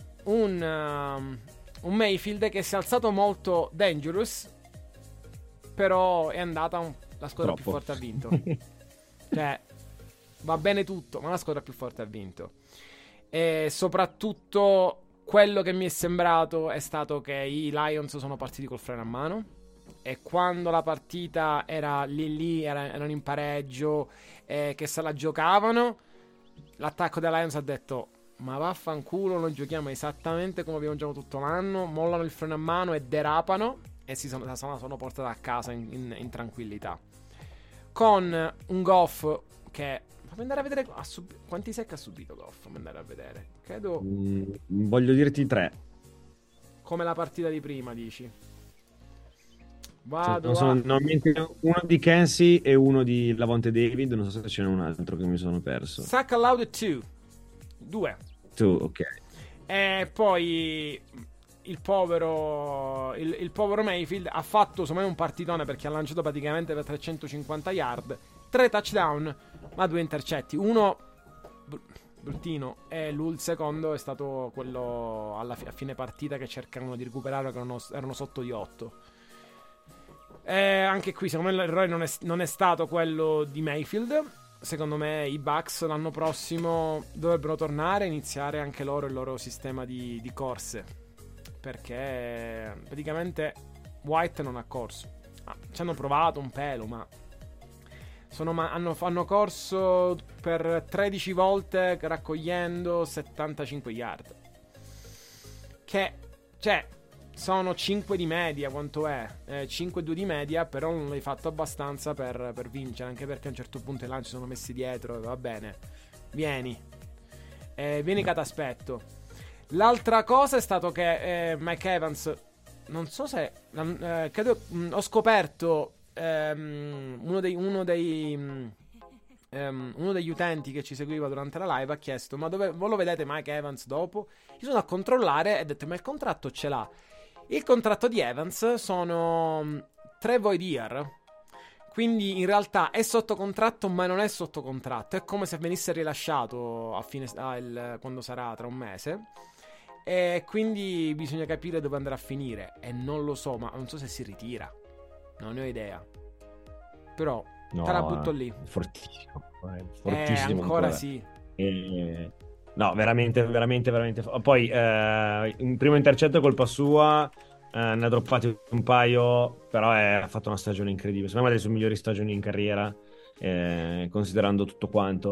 A: un Mayfield che si è alzato molto dangerous, però è andata la squadra più
B: Troppo.
A: forte ha vinto. Cioè, va bene tutto, ma la squadra più forte ha vinto. E soprattutto quello che mi è sembrato è stato che i Lions sono partiti col freno a mano. E quando la partita era erano in pareggio, che se la giocavano, l'attacco dei Lions ha detto: ma vaffanculo, noi giochiamo esattamente come abbiamo giocato tutto l'anno. Mollano il freno a mano e derapano, e sono portati a casa in tranquillità. Con un Goff che... Fammi andare a vedere quanti sec ha subito Goff. Fammi andare a vedere. Credo
B: Voglio dirti 3.
A: come la partita di prima, dici. Vado a...
B: Normalmente uno di Kensi e uno di Lavonte David. Non so se ce n'è un altro che mi sono perso.
A: Sack allowed 2.
B: Tu, ok.
A: E poi il povero Mayfield ha fatto insomma un partitone, perché ha lanciato praticamente per 350 yard, 3 touchdown, ma 2 intercetti. Uno bruttino, e il secondo è stato quello a fine partita, che cercavano di recuperare, che erano sotto di 8. Anche qui secondo me l'errore non è stato quello di Mayfield. Secondo me i Bucks l'anno prossimo dovrebbero tornare e iniziare anche loro il loro sistema di corse, perché praticamente White non ha corso. Ci hanno provato un pelo, ma hanno corso per 13 volte raccogliendo 75 yard, che cioè sono 5 di media. Quanto è? 5-2 di media, però non l'hai fatto abbastanza per vincere, anche perché a un certo punto i lanci sono messi dietro. Va bene, vieni che t'aspetto. L'altra cosa è stato che Mike Evans, non so se credo, ho scoperto uno degli utenti che ci seguiva durante la live ha chiesto: ma dove voi lo vedete Mike Evans dopo? Io sono a controllare e ho detto: ma il contratto ce l'ha. Il contratto di Evans sono 3 void year, quindi in realtà è sotto contratto, ma non è sotto contratto. È come se venisse rilasciato quando sarà tra un mese. E quindi bisogna capire dove andrà a finire. E non lo so, ma non so se si ritira. Non ne ho idea. Però te la butto lì.
B: Fortissimo. Fortissimo
A: ancora sì.
B: No, veramente, veramente, veramente. Poi un primo intercetto è colpa sua. Ne ha droppati un paio, però ha fatto una stagione incredibile. Secondo me è una delle sue migliori stagioni in carriera, considerando tutto quanto.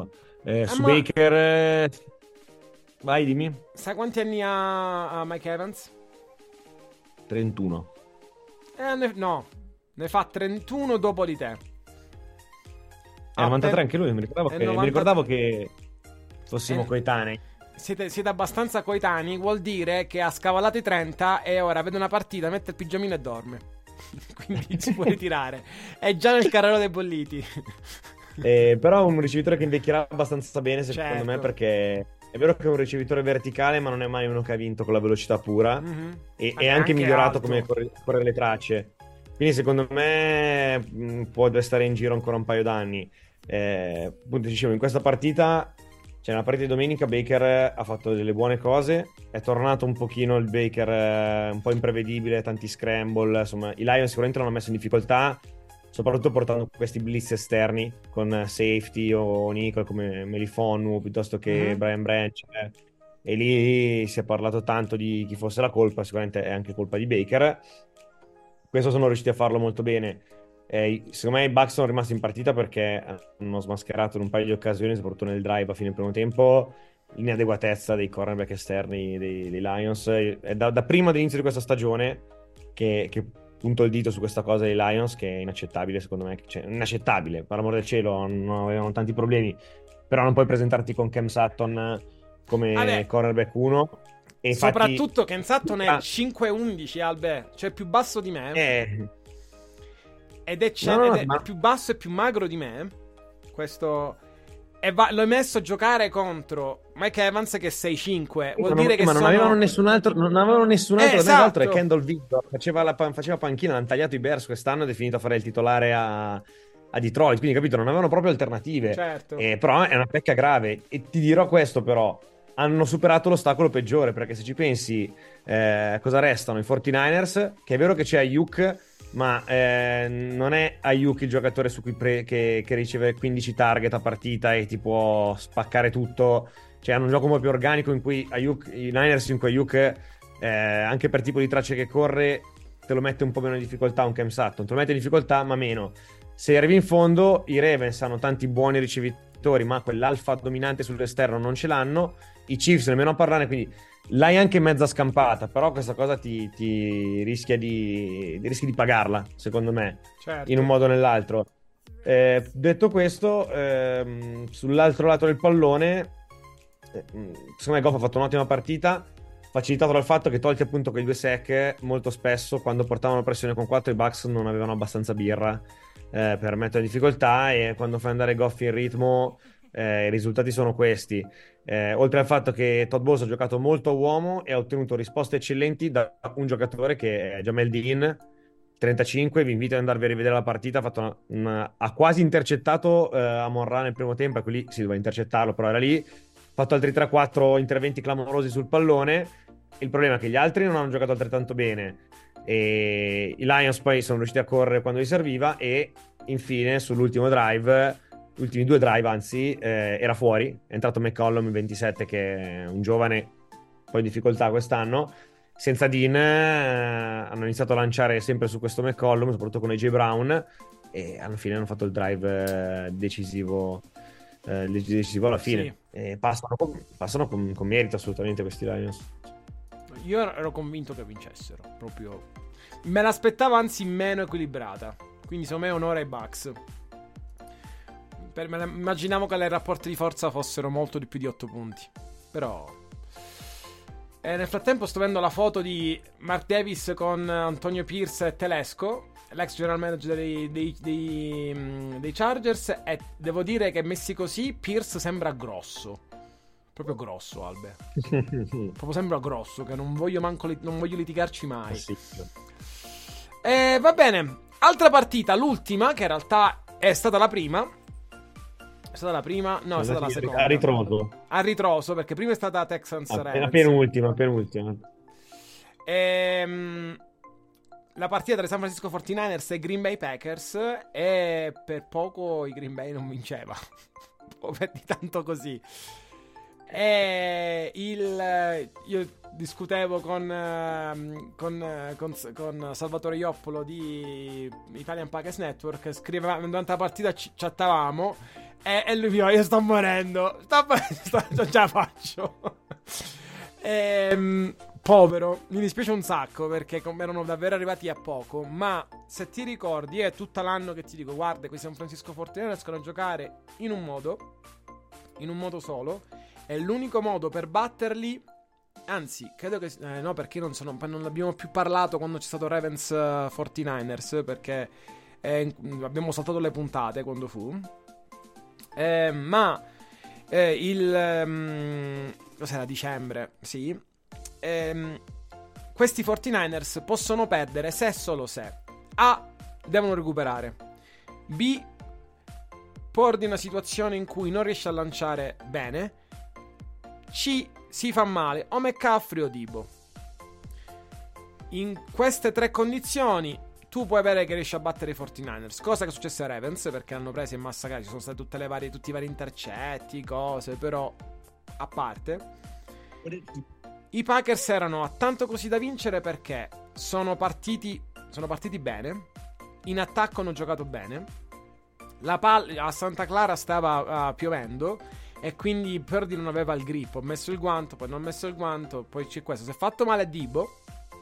B: Su
A: Ma
B: Baker, vai, dimmi.
A: sai quanti anni ha Mike Evans?
B: 31.
A: No, ne fa 31 dopo di te.
B: È 93 anche lui,
A: È
B: mi
A: 90
B: ricordavo che fossimo
A: Eh,
B: coetanei.
A: siete abbastanza coetanei, vuol dire che ha scavallato i 30 e ora vede una partita, mette il pigiamino e dorme. Quindi si può ritirare. È già nel carrello dei bolliti.
B: Però un ricevitore che invecchierà abbastanza bene, secondo
A: Certo.
B: me, perché è vero che è un ricevitore verticale, ma non è mai uno che ha vinto con la velocità pura.
A: Mhm.
B: E
A: Vabbè,
B: è anche migliorato
A: alto.
B: come corre le tracce. Quindi secondo me può stare in giro ancora un paio d'anni. Appunto dicevo, in questa partita, cioè nella partita di domenica, Baker ha fatto delle buone cose. È tornato un pochino il Baker un po' imprevedibile, tanti scramble. Insomma, i Lions sicuramente l'hanno messo in difficoltà, soprattutto portando questi blitz esterni con safety o nickel come Melifonu piuttosto che
A: Mhm.
B: Brian Branch. E lì si è parlato tanto di chi fosse la colpa, sicuramente è anche colpa di Baker. Questo sono riusciti a farlo molto bene. Secondo me i Bucks sono rimasti in partita perché hanno smascherato in un paio di occasioni, soprattutto nel drive a fine primo tempo, l'inadeguatezza dei cornerback esterni dei Lions. È da prima dell'inizio di questa stagione che punto il dito su questa cosa dei Lions, che è inaccettabile secondo me. Cioè, inaccettabile, per amor del cielo, non avevano tanti problemi, però non puoi presentarti con Cam Sutton come
A: Vabbè,
B: cornerback 1. E infatti,
A: soprattutto Ken Sutton è 5'11", Albe, cioè più basso di me.
B: eh,
A: Ed
B: no,
A: è
B: ma
A: più basso e più magro di me. Questo. L'ho messo a giocare contro Mike Evans che è 6'5". Vuol dire che
B: ma non avevano
A: sono.
B: nessun altro, non avevano nessun altro da me, tra l'altro è
A: Esatto.
B: Kendall Victor, faceva panchina, hanno tagliato i Bears quest'anno ed è finito a fare il titolare a Detroit, quindi capito, non avevano proprio alternative.
A: Certo.
B: Però è una pecca grave e ti dirò questo però, hanno superato l'ostacolo peggiore, perché se ci pensi cosa restano i 49ers, che è vero che c'è Ayuk, ma non è Ayuk il giocatore su cui che riceve 15 target a partita e ti può spaccare tutto. Cioè hanno un gioco un po' più organico in cui i Niners, in cui Ayuk anche per tipo di tracce che corre te lo mette un po' meno in difficoltà un Cam Sutton, te lo mette in difficoltà ma meno. Se arrivi in fondo, i Ravens hanno tanti buoni ricevitori, ma quell'alfa dominante sull'esterno non ce l'hanno. I Chiefs nemmeno a parlare, quindi l'hai anche mezza scampata, però questa cosa ti rischi di pagarla, secondo me, in un
A: Certo.
B: modo o nell'altro. Detto questo, sull'altro lato del pallone, secondo me Goff ha fatto un'ottima partita, facilitato dal fatto che, tolti appunto quei due sec, molto spesso quando portavano pressione con 4 i Bucks non avevano abbastanza birra per mettere in difficoltà, e quando fai andare Goff in ritmo i risultati sono questi. Oltre al fatto che Todd Bowles ha giocato molto a uomo e ha ottenuto risposte eccellenti da un giocatore che è Jamel Dean, 35. Vi invito ad andarvi a rivedere la partita. Ha quasi intercettato Amon-Ra nel primo tempo, e lì si doveva intercettarlo, però era lì. Ha fatto altri 3-4 interventi clamorosi sul pallone. Il problema è che gli altri non hanno giocato altrettanto bene, e i Lions poi sono riusciti a correre quando gli serviva, e infine sull'ultimo drive, gli ultimi due drive anzi, era fuori, è entrato McCollum in 27, che è un giovane poi in difficoltà quest'anno. Senza Dean hanno iniziato a lanciare sempre su questo McCollum, soprattutto con AJ Brown, e alla fine hanno fatto il drive decisivo alla fine.
A: Sì.
B: E passano con merito assolutamente questi Lions.
A: Io ero convinto che vincessero. Proprio. Me l'aspettavo anzi meno equilibrata. Quindi secondo me onore ai Bucks. Immaginavo che le rapporti di forza fossero molto di più di 8 punti. Però. Nel frattempo sto vedendo la foto di Mark Davis con Antonio Pierce e Telesco, l'ex general manager dei Chargers. E devo dire che messi così Pierce sembra grosso. Proprio grosso, Albe. Proprio sembra grosso, che non voglio non voglio litigarci mai.
B: Sì.
A: Va bene. Altra partita, l'ultima, che in realtà è stata la prima. È stata la prima? No, è stata la seconda.
B: A ritroso.
A: A ritroso, perché prima è stata Texans Ravens.
B: Penultima.
A: La partita tra i San Francisco 49ers e Green Bay Packers, e per poco i Green Bay non vinceva. Di tanto così. Io discutevo con Salvatore Ioppolo di Italian Packers Network, scrivevamo durante la partita, chattavamo, E lui dice: io sto morendo. Non ce la faccio. Povero, mi dispiace un sacco perché erano davvero arrivati a poco. Ma se ti ricordi, è tutto l'anno che ti dico: guarda, questi San Francisco 49ers riescono a giocare in un modo solo. È l'unico modo per batterli. Anzi, credo che no, perché non abbiamo più parlato quando c'è stato Ravens 49ers, perché abbiamo saltato le puntate quando fu. Cos'era, dicembre? Sì. Questi 49ers possono perdere se e solo se A. Devono recuperare, B. porti una situazione in cui non riesce a lanciare bene, C. si fa male o McCaffrey o Debo. In queste tre condizioni tu puoi avere che riesci a battere i 49ers, cosa che è successa ai Ravens, perché l'hanno presi e massacrati, ci sono stati tutti i vari intercetti, cose, però a parte. I Packers erano a tanto così da vincere perché sono partiti bene, in attacco hanno giocato bene, la palla a Santa Clara stava piovendo e quindi Purdy non aveva il grip, ho messo il guanto, poi non ho messo il guanto, poi c'è questo, si è fatto male a Debo.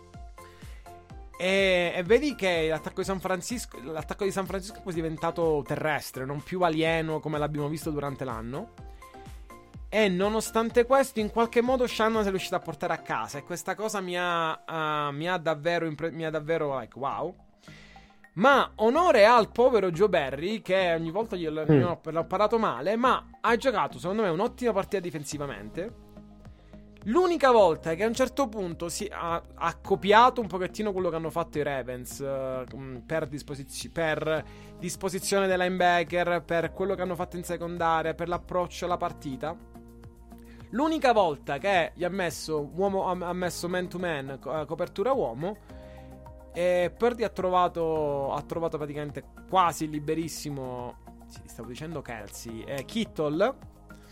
A: E vedi che l'attacco di San Francisco è poi diventato terrestre, non più alieno come l'abbiamo visto durante l'anno. E nonostante questo, in qualche modo Shannon si è riuscito a portare a casa. E questa cosa mi ha davvero like, wow. Ma onore al povero Joe Barry, che ogni volta l'ho parlato male, ma ha giocato secondo me un'ottima partita difensivamente. L'unica volta che a un certo punto ha copiato un pochettino quello che hanno fatto i Ravens per disposizione dei linebacker, per quello che hanno fatto in secondaria, per l'approccio alla partita. L'unica volta che gli ha messo man to man, copertura uomo, Purdy ha trovato praticamente quasi liberissimo, stavo dicendo Kelsey, Kittle.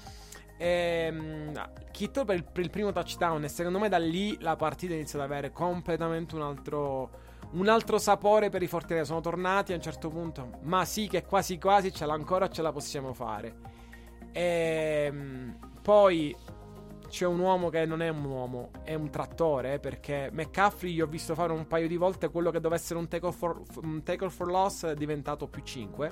A: Kittle per il primo touchdown, e secondo me da lì la partita inizia ad avere completamente un altro sapore per i Fortinari. Sono tornati a un certo punto, ma sì, che quasi quasi ce la possiamo fare. Poi c'è un uomo che non è un uomo, è un trattore, perché McCaffrey gli ho visto fare un paio di volte quello che doveva essere un tackle for loss, è diventato più 5.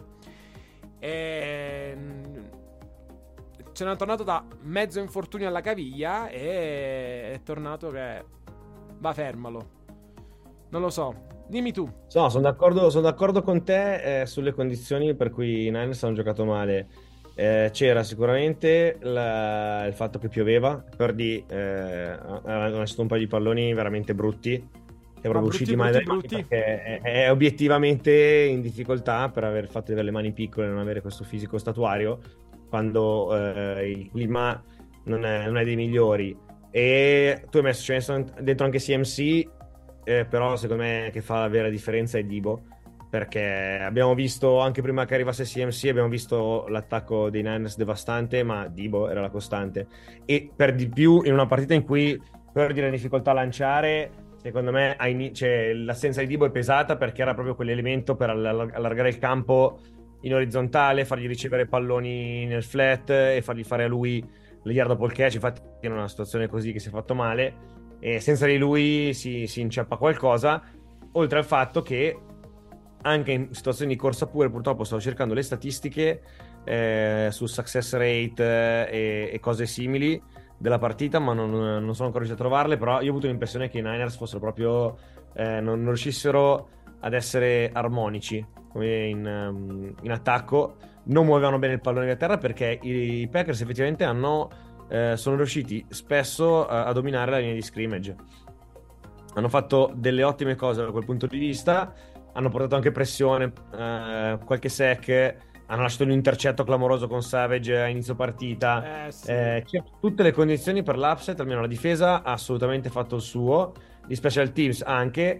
A: Ce n'è tornato da mezzo infortunio alla caviglia e è tornato che va, fermalo. Non lo so, dimmi tu.
B: No, sono d'accordo con te sulle condizioni per cui i Niners hanno giocato male. C'era sicuramente il fatto che pioveva, Purdy ha lasciato un paio di palloni veramente brutti, che è proprio usciti male dalle mani, perché è obiettivamente in difficoltà per aver fatto avere le mani piccole e non avere questo fisico statuario, quando il clima non è dei migliori. E tu ce ne sono dentro anche CMC, però secondo me che fa la vera differenza è Debo, perché abbiamo visto anche prima che arrivasse CMC, abbiamo visto l'attacco dei Niners devastante, ma Debo era la costante. E per di più in una partita in cui perdi la difficoltà a lanciare, secondo me l'assenza di Debo è pesata, perché era proprio quell'elemento per allargare il campo in orizzontale, fargli ricevere palloni nel flat e fargli fare a lui le yard dopo il catch. Infatti in una situazione così che si è fatto male, e senza di lui si inciampa qualcosa, oltre al fatto che anche in situazioni di corsa pure, purtroppo stavo cercando le statistiche su success rate e cose simili della partita, ma non sono ancora riuscito a trovarle. Però io ho avuto l'impressione che i Niners fossero proprio non riuscissero ad essere armonici come in attacco, non muovevano bene il pallone da terra, perché i Packers effettivamente sono riusciti spesso a dominare la linea di scrimmage. Hanno fatto delle ottime cose da quel punto di vista, hanno portato anche pressione, qualche sack, hanno lasciato un intercetto clamoroso con Savage a inizio partita.
A: Sì.
B: C'è tutte le condizioni per l'upset, almeno la difesa ha assolutamente fatto il suo, gli special teams anche,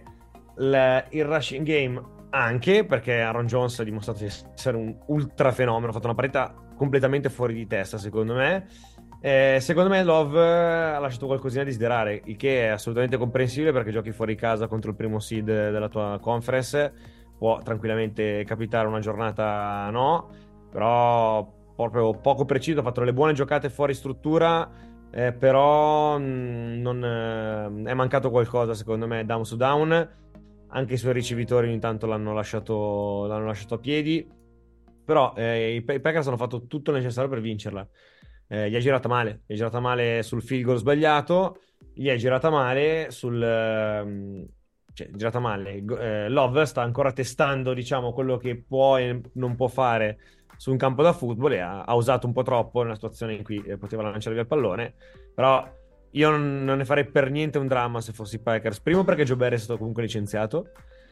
B: il rushing game anche, perché Aaron Jones ha dimostrato di essere un ultra fenomeno, ha fatto una partita completamente fuori di testa secondo me. Secondo me Love ha lasciato qualcosina a desiderare, il che è assolutamente comprensibile, perché giochi fuori casa contro il primo seed della tua conference, può tranquillamente capitare una giornata, no, però proprio poco preciso, ha fatto delle buone giocate fuori struttura, però è mancato qualcosa secondo me down su down. Anche i suoi ricevitori ogni tanto l'hanno lasciato a piedi, però i Packers hanno fatto tutto il necessario per vincerla. Gli è girata male sul field goal sbagliato, gli è girata male cioè, girata male. Love sta ancora testando, diciamo, quello che può e non può fare su un campo da football e ha usato un po' troppo nella situazione in cui poteva lanciare via il pallone, però io non ne farei per niente un dramma se fossi Packers. Primo perché Joe Barry è stato comunque licenziato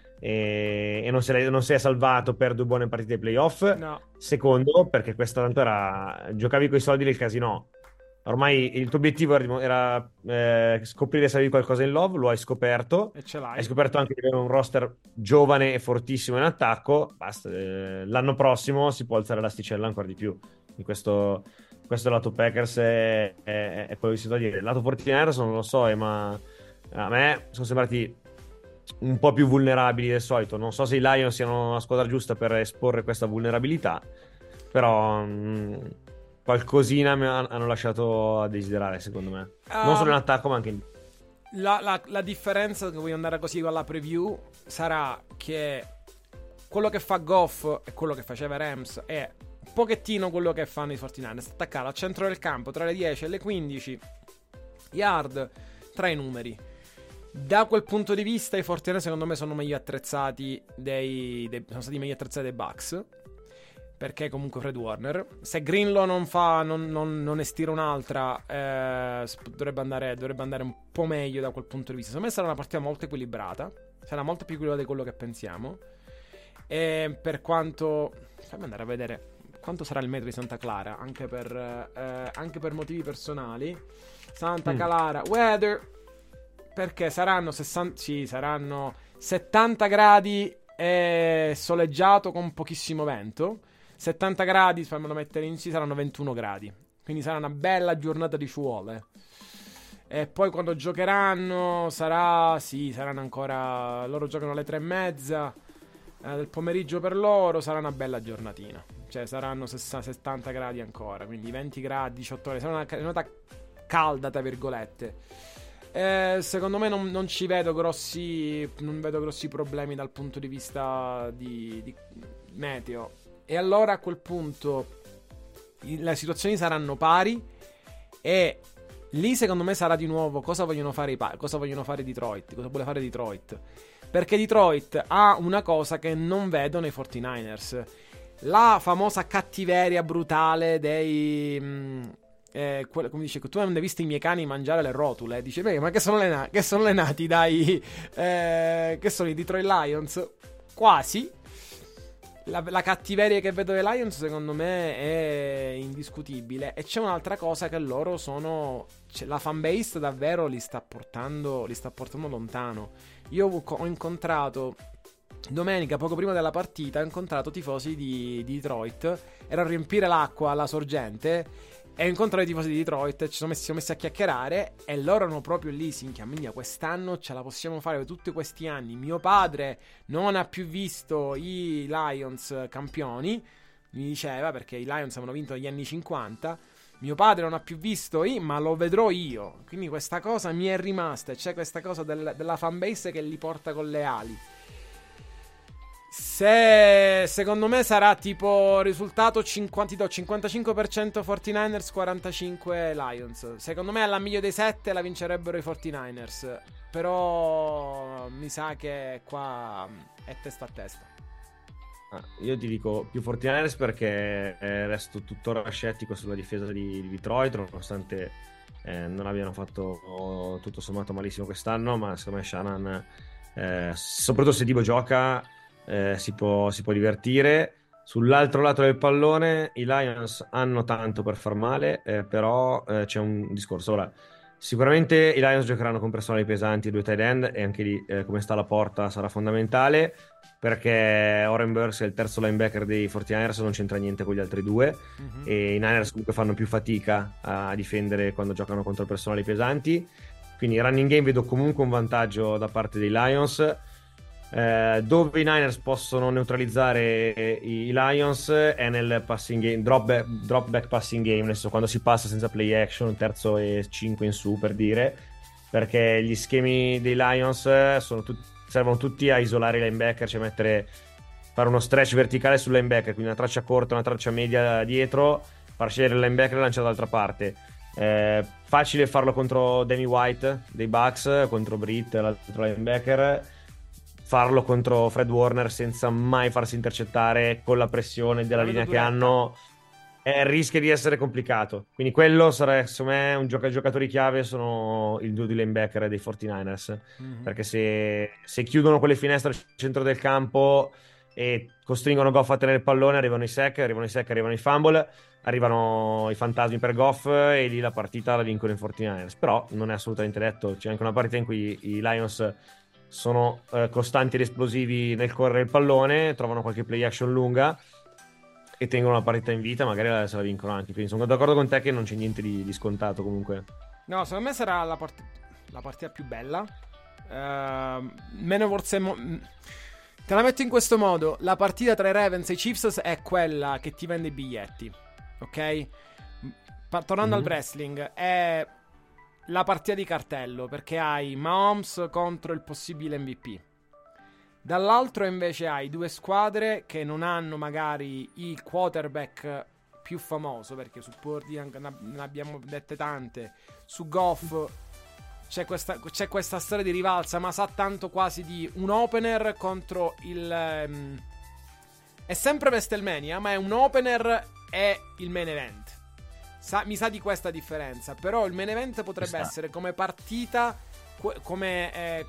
B: e non si è salvato per 2 buone partite ai playoff.
A: No.
B: Secondo perché questa tanto giocavi con i soldi del casino. Ormai il tuo obiettivo era scoprire se avevi qualcosa in Love, lo hai scoperto.
A: E ce l'hai.
B: Hai scoperto anche di avere un roster giovane e fortissimo in attacco. Basta, l'anno prossimo si può alzare l'asticella ancora di più. In questo lato Packers è quello che si può dire. Il lato 49ers non lo so, ma a me sono sembrati un po' più vulnerabili del solito. Non so se i Lions siano la squadra giusta per esporre questa vulnerabilità, però qualcosina hanno lasciato a desiderare, secondo me. Non solo in attacco, ma anche in...
A: La differenza, che voglio andare così alla preview, sarà che quello che fa Goff e quello che faceva Rams è un pochettino quello che fanno i 49ers, attaccare al centro del campo tra le 10 e le 15 yard tra i numeri. Da quel punto di vista i 49ers secondo me sono meglio attrezzati sono stati meglio attrezzati dei Bucks, perché comunque Fred Warner, se Greenlaw non ne stira un'altra, dovrebbe andare un po' meglio da quel punto di vista. Secondo me sarà una partita molto equilibrata, sarà molto più equilibrata di quello che pensiamo, e per quanto, fammi andare a vedere quanto sarà il metro di Santa Clara, anche per motivi personali. Santa Clara weather, perché saranno 70 gradi e soleggiato con pochissimo vento. 70 gradi, fammelo mettere in sì, saranno 21 gradi. Quindi sarà una bella giornata di sciole. E poi quando giocheranno saranno ancora... Loro giocano alle 3:30 del pomeriggio per loro, sarà una bella giornatina. Cioè saranno 70 gradi ancora, quindi 20 gradi, 18 ore. Sarà una giornata calda, tra virgolette. Secondo me non vedo grossi problemi dal punto di vista di meteo. E allora a quel punto le situazioni saranno pari e lì secondo me sarà di nuovo cosa vogliono fare Detroit, cosa vuole fare Detroit, perché Detroit ha una cosa che non vedono i 49ers, la famosa cattiveria brutale dei come dice, tu non hai visto i miei cani mangiare le rotule, dice beh, ma che sono le nati dai che sono i Detroit Lions, quasi. La cattiveria che vedo dei Lions secondo me è indiscutibile. E c'è un'altra cosa, che loro la fanbase davvero li sta portando lontano. Io ho incontrato domenica, poco prima della partita, ho incontrato tifosi di Detroit, ero a riempire l'acqua alla sorgente e incontravo i tifosi di Detroit, ci siamo messi a chiacchierare e loro erano proprio lì, minchia, quest'anno ce la possiamo fare per tutti questi anni. Mio padre non ha più visto i Lions campioni, mi diceva, perché i Lions avevano vinto negli anni 50. Mio padre non ha più visto ma lo vedrò io. Quindi questa cosa mi è rimasta, e c'è questa cosa della fanbase che li porta con le ali. Secondo me sarà tipo risultato 55% 49ers, 45 Lions. Secondo me alla meglio dei 7 la vincerebbero i 49ers, però mi sa che qua è testa a testa.
B: Io ti dico più 49ers perché resto tuttora scettico sulla difesa di Detroit, nonostante non abbiano fatto tutto sommato malissimo quest'anno, ma secondo me Shanahan, soprattutto se Divo gioca, si può divertire. Sull'altro lato del pallone i Lions hanno tanto per far male, però c'è un discorso. Ora, sicuramente i Lions giocheranno con personali pesanti, 2 tight end, e anche lì come sta la porta sarà fondamentale, perché Oren Burks è il terzo linebacker dei 49ers, non c'entra niente con gli altri 2, e i Niners comunque fanno più fatica a difendere quando giocano contro personali pesanti. Quindi running game vedo comunque un vantaggio da parte dei Lions. Dove i Niners possono neutralizzare i Lions è nel passing game, drop back passing game, adesso quando si passa senza play action, terzo e 5 in su per dire, perché gli schemi dei Lions servono tutti a isolare i linebacker, cioè fare uno stretch verticale sul linebacker, quindi una traccia corta, una traccia media dietro, far scegliere il linebacker e lanciare dall'altra parte. Facile farlo contro Danny White dei Bucks, contro Britt, l'altro linebacker, farlo contro Fred Warner senza mai farsi intercettare con la pressione della linea che hanno rischia di essere complicato. Quindi quello sarà, secondo me, giocatori chiave sono il duo di linebacker dei 49ers, perché se chiudono quelle finestre al centro del campo e costringono Goff a tenere il pallone, arrivano i sack, arrivano i fumble, arrivano i fantasmi per Goff e lì la partita la vincono i 49ers. Però non è assolutamente detto, c'è anche una partita in cui i Lions sono costanti ed esplosivi nel correre il pallone, trovano qualche play action lunga e tengono la partita in vita, magari se la vincono anche. Quindi sono d'accordo con te che non c'è niente di scontato comunque.
A: No, secondo me sarà la partita più bella. Meno forse te la metto in questo modo: la partita tra i Ravens e i Chiefs è quella che ti vende i biglietti, ok? Tornando al wrestling, è la partita di cartello, perché hai Mahomes contro il possibile MVP. Dall'altro invece hai due squadre che non hanno magari il quarterback più famoso, perché su Purdy ne abbiamo dette tante, su Goff c'è questa storia di rivalsa, ma sa tanto quasi di un opener contro è sempre WrestleMania, ma è un opener e il main event. Mi sa di questa differenza, però il main event potrebbe essere come partita, come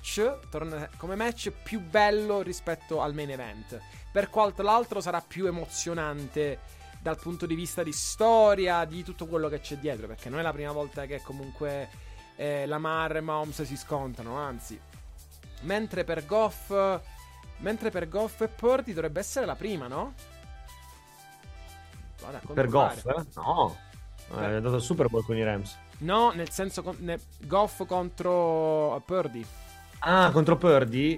A: match più bello rispetto al main event, per quanto l'altro sarà più emozionante dal punto di vista di storia, di tutto quello che c'è dietro, perché non è la prima volta che comunque Lamar e Mahomes si scontrano, anzi, mentre per Goff e Purdy dovrebbe essere la prima, no?
B: Per Goff? No, è andato al Super Bowl con i Rams.
A: No, nel senso Goff contro Purdy.
B: Ah, contro Purdy?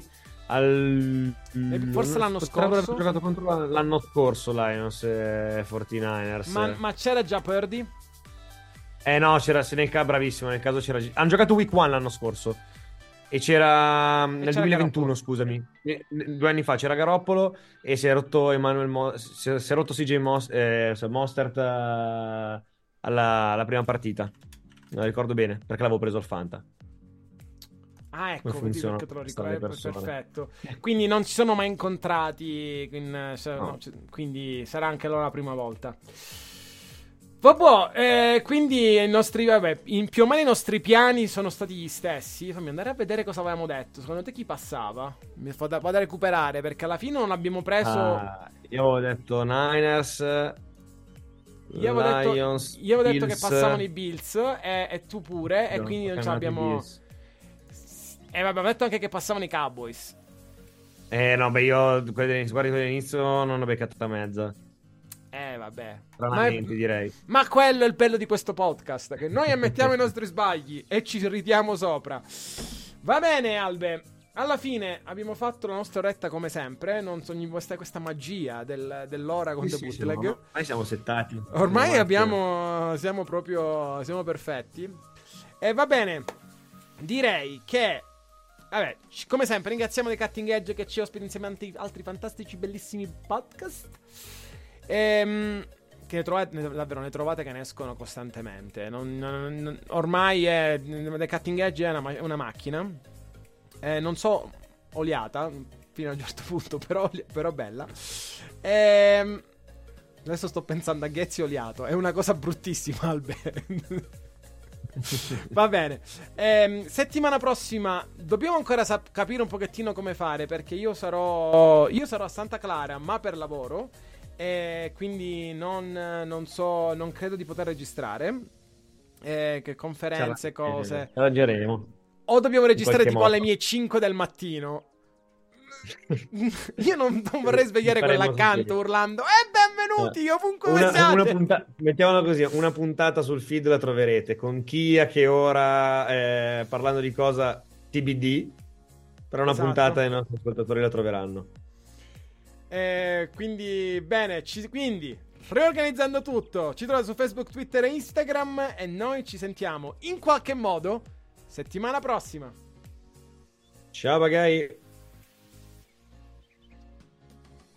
A: Forse l'anno scorso.
B: Giocato contro l'anno scorso Lions e 49ers.
A: Ma c'era già Purdy?
B: No, c'era Seneca, bravissimo. Nel caso c'era. Hanno giocato Week 1 l'anno scorso. E c'era nel 2021,
A: Garoppolo.
B: Scusami. 2 anni fa c'era Garoppolo e si è rotto si è rotto CJ Mostert alla prima partita. Me la ricordo bene, perché l'avevo preso al Fanta.
A: Ah, ecco, perché te lo ricordo, perfetto.
B: Persone.
A: Quindi non si sono mai incontrati,
B: No.
A: quindi sarà anche loro la prima volta. Vabbè, quindi più o meno i nostri piani sono stati gli stessi. Fammi andare a vedere cosa avevamo detto. Secondo te chi passava? Vado a recuperare, perché alla fine non abbiamo preso...
B: Io avevo detto Niners,
A: Io
B: Lions,
A: avevo detto
B: Bills.
A: che passavano i Bills e tu pure, e quindi non ce l'abbiamo... vabbè, avevo detto anche che passavano i Cowboys.
B: No, beh, io quelli dell'inizio non ho beccata mezza.
A: Vabbè.
B: Stranamente, direi.
A: Ma quello è il bello di questo podcast, che noi ammettiamo i nostri sbagli e ci ritiamo sopra. Va bene, Albe. Alla fine abbiamo fatto la nostra oretta come sempre. Non so, questa magia dell'ora con The Bootleg.
B: Ormai siamo settati.
A: Ormai siamo perfetti. E va bene. Direi che, vabbè, come sempre ringraziamo The Cutting Edge che ci ospita insieme a altri fantastici bellissimi podcast. Che davvero ne trovate che ne escono costantemente. Ormai The Cutting Edge è una macchina. Non so, oliata fino a un certo punto, però bella. Adesso sto pensando a Ghezzi oliato. È una cosa bruttissima, Albe. Va bene. Settimana prossima dobbiamo ancora capire un pochettino come fare, perché io sarò a Santa Clara, ma per lavoro. Quindi non credo di poter registrare. Che conferenze, cose.
B: Raggeremo.
A: O dobbiamo registrare tipo alle mie 5 del mattino. Io non vorrei svegliare quella accanto urlando benvenuti ovunque siate.
B: Mettiamola così, una puntata sul feed la troverete con chi, a che ora, parlando di cosa TBD, Per una
A: Esatto.
B: puntata i nostri ascoltatori la troveranno.
A: Quindi, bene, quindi, riorganizzando tutto, ci trovate su Facebook, Twitter e Instagram e noi ci sentiamo in qualche modo settimana prossima.
B: Ciao, bagai!